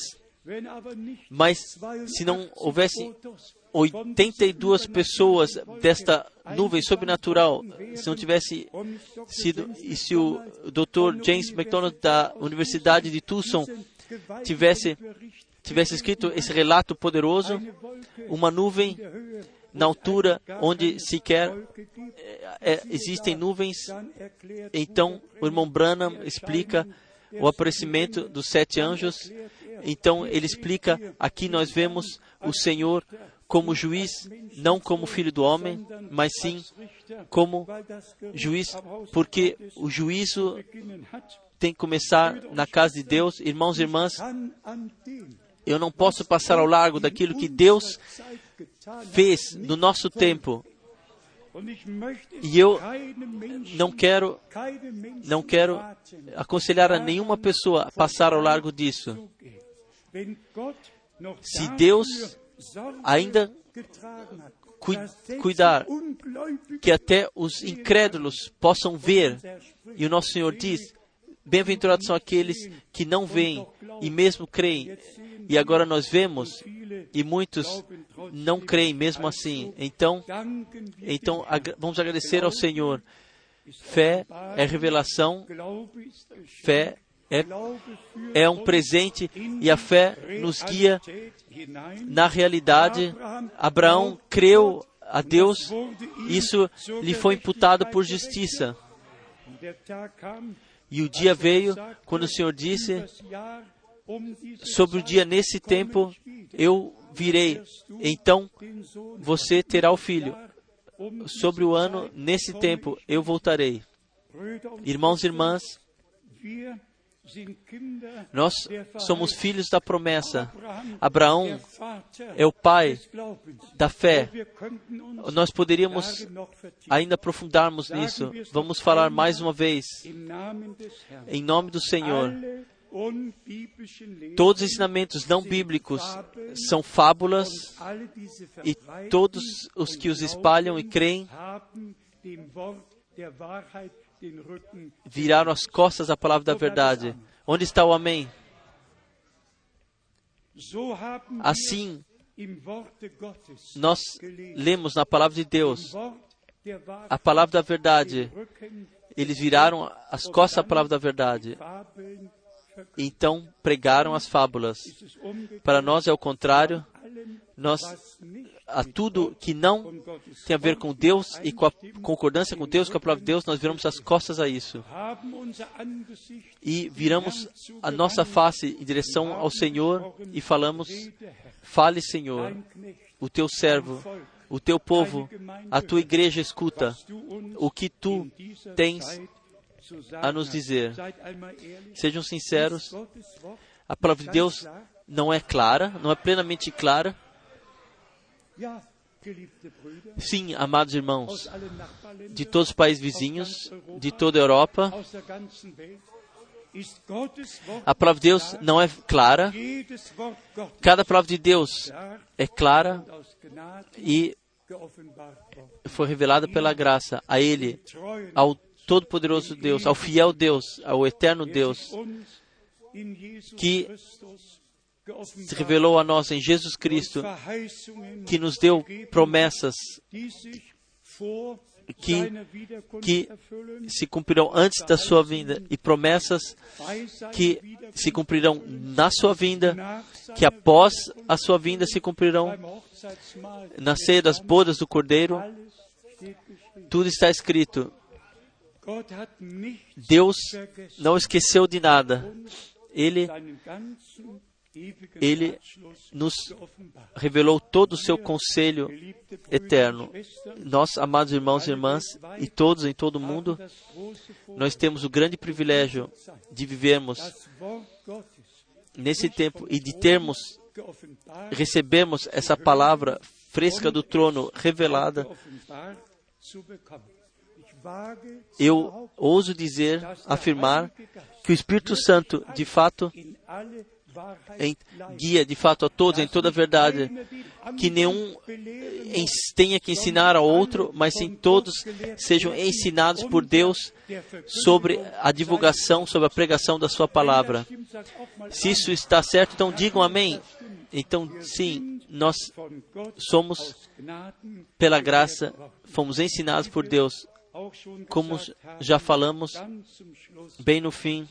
mas se não houvesse oitenta e duas pessoas desta nuvem sobrenatural, se não tivesse sido, e se o doutor James MacDonald da Universidade de Tucson tivesse, tivesse escrito esse relato poderoso, uma nuvem na altura onde sequer é, existem nuvens, então o irmão Branham explica o aparecimento dos sete anjos. Então ele explica, aqui nós vemos o Senhor como juiz, não como filho do homem, mas sim como juiz, porque o juízo tem que começar na casa de Deus. Irmãos e irmãs, eu não posso passar ao largo daquilo que Deus fez no nosso tempo. E eu não quero, não quero aconselhar a nenhuma pessoa a passar ao largo disso. Se Deus ainda cuidar que até os incrédulos possam ver, e o nosso Senhor diz, bem-aventurados são aqueles que não veem e mesmo creem. E agora nós vemos, e muitos não creem mesmo assim. Então, então vamos agradecer ao Senhor. Fé é revelação, fé é, é um presente, e a fé nos guia na realidade. Abraão creu a Deus, isso lhe foi imputado por justiça. E o dia veio quando o Senhor disse, sobre o dia nesse tempo eu virei, então você terá o filho. Sobre o ano nesse tempo eu voltarei. Irmãos e irmãs, nós somos filhos da promessa. Abraão é o pai da fé. Nós poderíamos ainda aprofundarmos nisso. Vamos falar mais uma vez. Em nome do Senhor. Todos os ensinamentos não bíblicos são fábulas, e todos os que os espalham e creem viraram as costas à palavra da verdade. Onde está o amém? Assim, nós lemos na palavra de Deus a palavra da verdade. Eles viraram as costas à palavra da verdade. Então pregaram as fábulas. Para nós é o contrário. Nós, a tudo que não tem a ver com Deus e com a concordância com Deus, com a palavra de Deus, nós viramos as costas a isso. E viramos a nossa face em direção ao Senhor e falamos, fale, Senhor, o teu servo, o teu povo, a tua igreja escuta o que tu tens a nos dizer. Sejam sinceros, a palavra de Deus não é clara, não é plenamente clara. Sim, amados irmãos, de todos os países vizinhos, de toda a Europa, a palavra de Deus não é clara. Cada palavra de Deus é clara e foi revelada pela graça a Ele, ao Todo-Poderoso Deus, ao fiel Deus, ao eterno Deus, que se revelou a nós em Jesus Cristo, que nos deu promessas que, que se cumprirão antes da sua vinda, e promessas que se cumprirão na sua vinda, que após a sua vinda se cumprirão na ceia das bodas do Cordeiro. Tudo está escrito. Deus não esqueceu de nada. Ele, Ele nos revelou todo o seu conselho eterno. Nós, amados irmãos e irmãs, e todos em todo o mundo, nós temos o grande privilégio de vivermos nesse tempo e de termos, recebermos essa palavra fresca do trono revelada. Eu ouso dizer, afirmar, que o Espírito Santo, de fato, em, guia, de fato, a todos em toda a verdade, que nenhum em, tenha que ensinar ao outro, mas sim todos sejam ensinados por Deus sobre a divulgação, sobre a pregação da sua palavra. Se isso está certo, então digam amém. Então, sim, nós somos, pela graça, fomos ensinados por Deus. Como já falamos, bem no fim,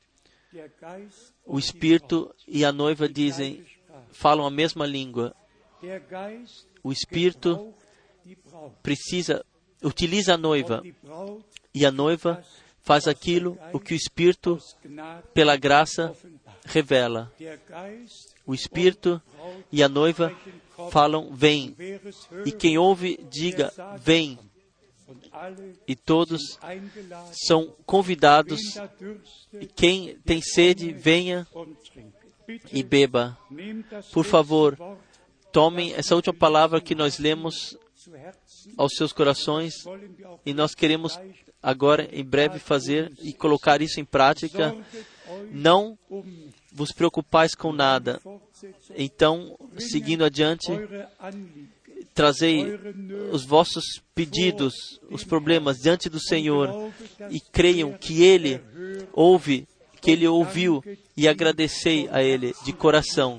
o Espírito e a noiva dizem, falam a mesma língua. O Espírito precisa, utiliza a noiva, e a noiva faz aquilo o que o Espírito, pela graça, revela. O Espírito e a noiva falam, vem. E quem ouve, diga, vem. E todos são convidados. E quem tem sede, venha e beba. Por favor, tomem essa última palavra que nós lemos aos seus corações. E nós queremos agora, em breve, fazer e colocar isso em prática. Não vos preocupais com nada. Então, seguindo adiante, trazei os vossos pedidos, os problemas diante do Senhor e creiam que Ele ouve, que Ele ouviu e agradecei a Ele de coração.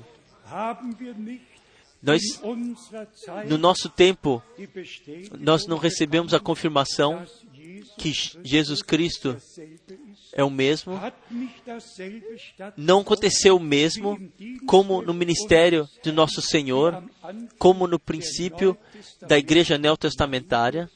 Nós, no nosso tempo, nós não recebemos a confirmação que Jesus Cristo é o mesmo. Não aconteceu o mesmo como no ministério de nosso Senhor, como no princípio da igreja neotestamentária.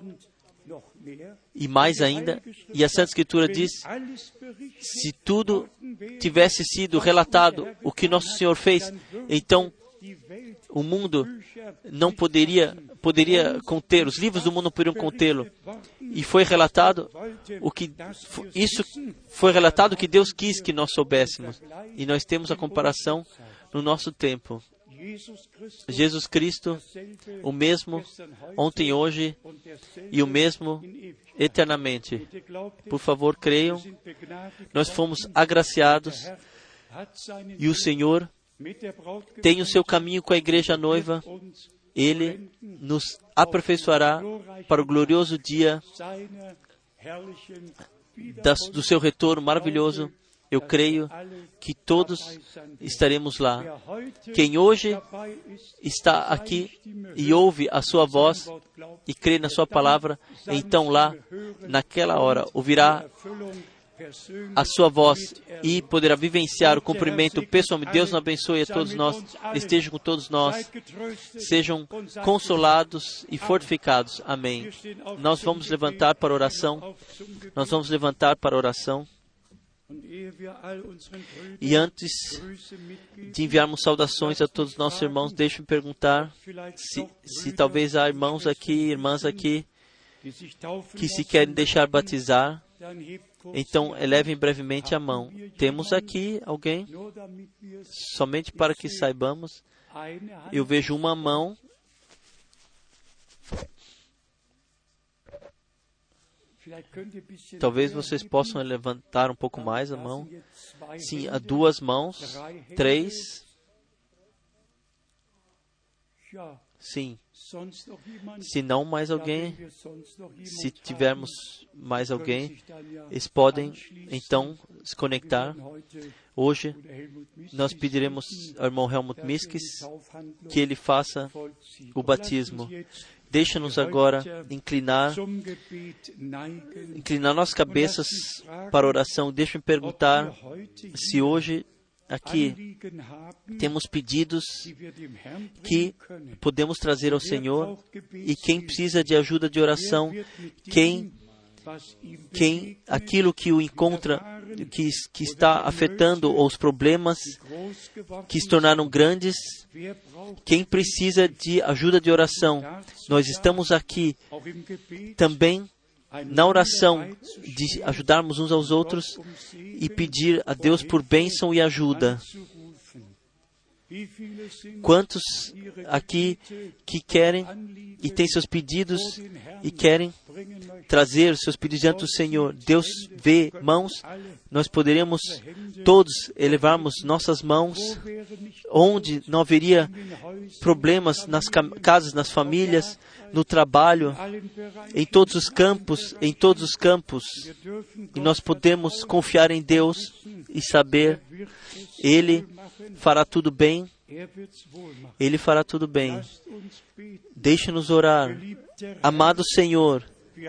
E mais ainda, e a Santa Escritura diz, se tudo tivesse sido relatado o que nosso Senhor fez, então o mundo não poderia, poderia conter, os livros do mundo não poderiam contê-lo. E foi relatado o que, isso foi relatado o que Deus quis que nós soubéssemos. E nós temos a comparação no nosso tempo. Jesus Cristo, o mesmo ontem, hoje e o mesmo eternamente. Por favor, creiam. Nós fomos agraciados e o Senhor tem o seu caminho com a igreja noiva. Ele nos aperfeiçoará para o glorioso dia das, do seu retorno maravilhoso. Eu creio que todos estaremos lá. Quem hoje está aqui e ouve a sua voz e crê na sua palavra, então lá, naquela hora, ouvirá a sua voz e poderá vivenciar o cumprimento pessoalmente. Deus nos abençoe a todos nós, esteja com todos nós, sejam consolados e fortificados. Amém. Nós vamos levantar para a oração, nós vamos levantar para a oração. E antes de enviarmos saudações a todos os nossos irmãos, deixe-me perguntar se, se talvez há irmãos aqui, irmãs aqui, que se querem deixar batizar. Então, elevem brevemente a mão. Temos aqui alguém? Somente para que saibamos. Eu vejo uma mão. Talvez vocês possam levantar um pouco mais a mão. Sim, há duas mãos. Três. Sim. Se não mais alguém, se tivermos mais alguém, eles podem então se conectar. Hoje nós pediremos ao irmão Helmut Miskis que ele faça o batismo. Deixa-nos agora inclinar, inclinar nossas cabeças para a oração. Deixa-me perguntar se hoje aqui temos pedidos que podemos trazer ao Senhor, e quem precisa de ajuda de oração, quem, quem aquilo que o encontra, que, que está afetando os problemas que se tornaram grandes, quem precisa de ajuda de oração. Nós estamos aqui também na oração de ajudarmos uns aos outros e pedir a Deus por bênção e ajuda. Quantos aqui que querem e têm seus pedidos e querem trazer os seus pedidos diante do Senhor? Deus vê mãos. Nós poderemos todos elevarmos nossas mãos, onde não haveria problemas nas casas, nas famílias, no trabalho, em todos os campos, em todos os campos. E nós podemos confiar em Deus e saber, Ele fará tudo bem. Ele fará tudo bem. Deixe-nos orar. Amado Senhor,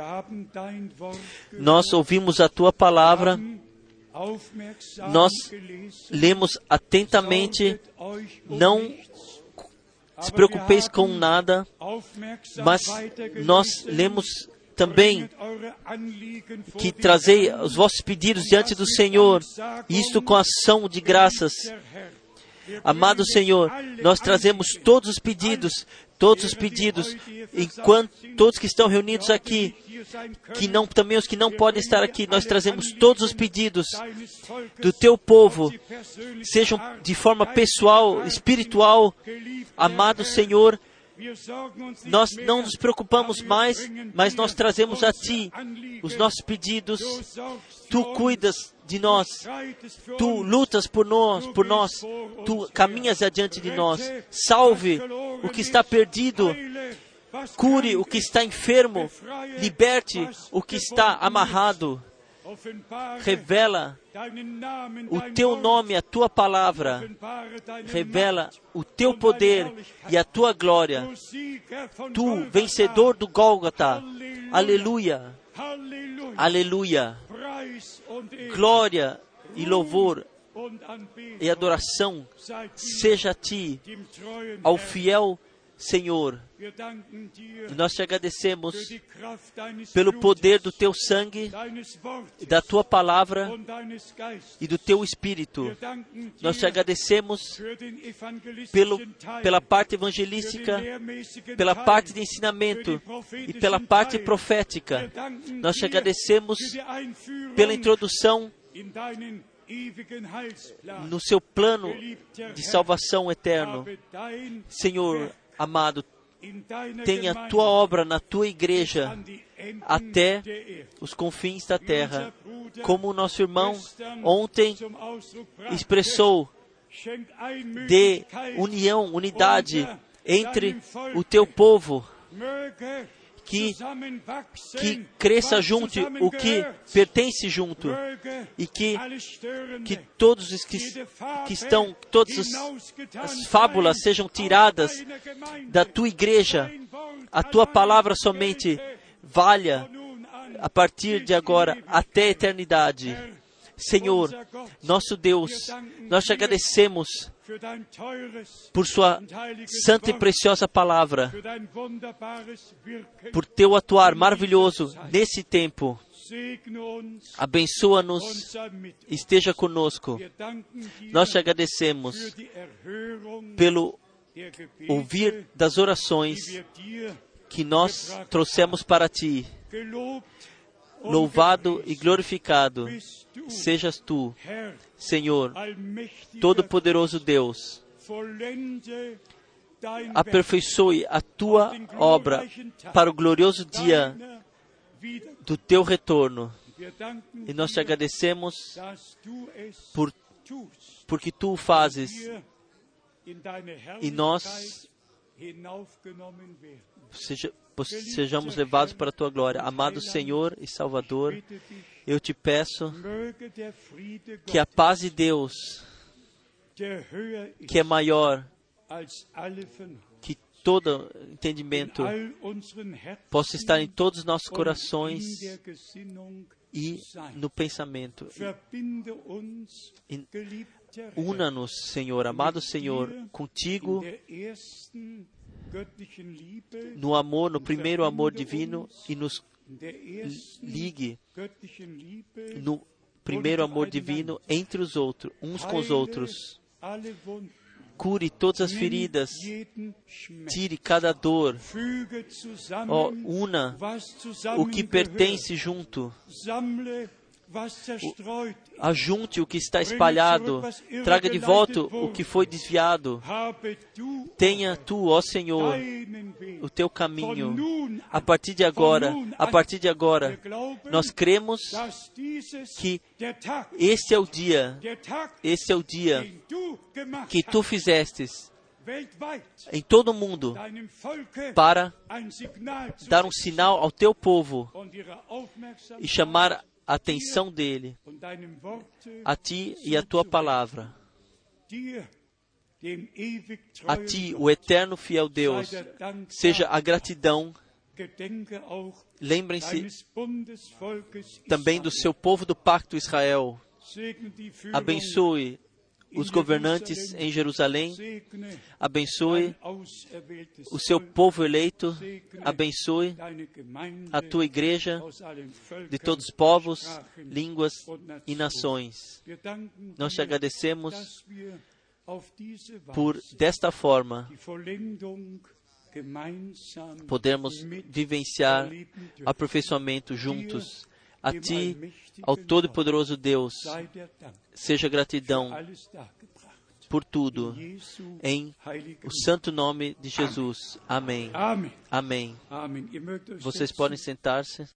nós ouvimos a Tua palavra, nós lemos atentamente, não se preocupeis com nada, mas nós lemos também que trazei os vossos pedidos diante do Senhor, isto com ação de graças. Amado Senhor, nós trazemos todos os pedidos, todos os pedidos, enquanto todos que estão reunidos aqui, que não, também os que não podem estar aqui, nós trazemos todos os pedidos do Teu povo, sejam de forma pessoal, espiritual. Amado Senhor, nós não nos preocupamos mais, mas nós trazemos a Ti os nossos pedidos. Tu cuidas de nós, Tu lutas por nós, por nós, Tu caminhas adiante de nós. Salve o que está perdido, cure o que está enfermo, liberte o que está amarrado. Revela o Teu nome, a Tua palavra. Revela o Teu poder e a Tua glória. Tu, vencedor do Gólgota. Aleluia. Aleluia. Glória e louvor e adoração seja a Ti, ao fiel Senhor. E nós te agradecemos pelo poder do Teu sangue, da Tua palavra e do Teu Espírito. Nós te agradecemos pelo, pela parte evangelística, pela parte de ensinamento e pela parte profética. Nós te agradecemos pela introdução no Seu plano de salvação eterno. Senhor amado, tenha a Tua obra na Tua igreja até os confins da terra. Como o nosso irmão ontem expressou, de união, unidade entre o Teu povo, que, que cresça junto o que pertence junto, e que, que todos os que, que estão, todas as fábulas sejam tiradas da Tua igreja. A Tua palavra somente valha a partir de agora até a eternidade. Senhor, nosso Deus, nós te agradecemos por Sua santa e preciosa palavra, por Teu atuar maravilhoso nesse tempo. Abençoa-nos, esteja conosco. Nós te agradecemos pelo ouvir das orações que nós trouxemos para Ti. Louvado e glorificado sejas Tu, Senhor, Todo-Poderoso Deus. Aperfeiçoe a Tua obra para o glorioso dia do Teu retorno. E nós te agradecemos por, porque Tu o fazes e nós seja, sejamos levados para a Tua glória. Amado Senhor e Salvador, eu te peço que a paz de Deus, que é maior que todo entendimento, possa estar em todos os nossos corações e no pensamento. Una-nos, Senhor, amado Senhor, contigo, no amor, no primeiro amor divino, e nos ligue no primeiro amor divino entre os outros, uns com os outros. Cure todas as feridas, tire cada dor, oh, una o que pertence junto, o, ajunte o que está espalhado, traga de volta o que foi desviado. Tenha Tu, ó Senhor, o Teu caminho. A partir de agora, a partir de agora, nós cremos que este é o dia, este é o dia que Tu fizestes em todo o mundo para dar um sinal ao Teu povo e chamar a atenção dele a Ti e a Tua palavra. A Ti, o eterno fiel Deus, seja a gratidão. Lembrem-se também do Seu povo do pacto Israel. Abençoe os governantes em Jerusalém, abençoe o Seu povo eleito, abençoe a Tua igreja de todos os povos, línguas e nações. Nós te agradecemos por, desta forma, podemos vivenciar aperfeiçoamento juntos. A Ti, ao Todo-Poderoso Deus, seja gratidão por tudo, em o santo nome de Jesus. Amém. Amém. Vocês podem sentar-se.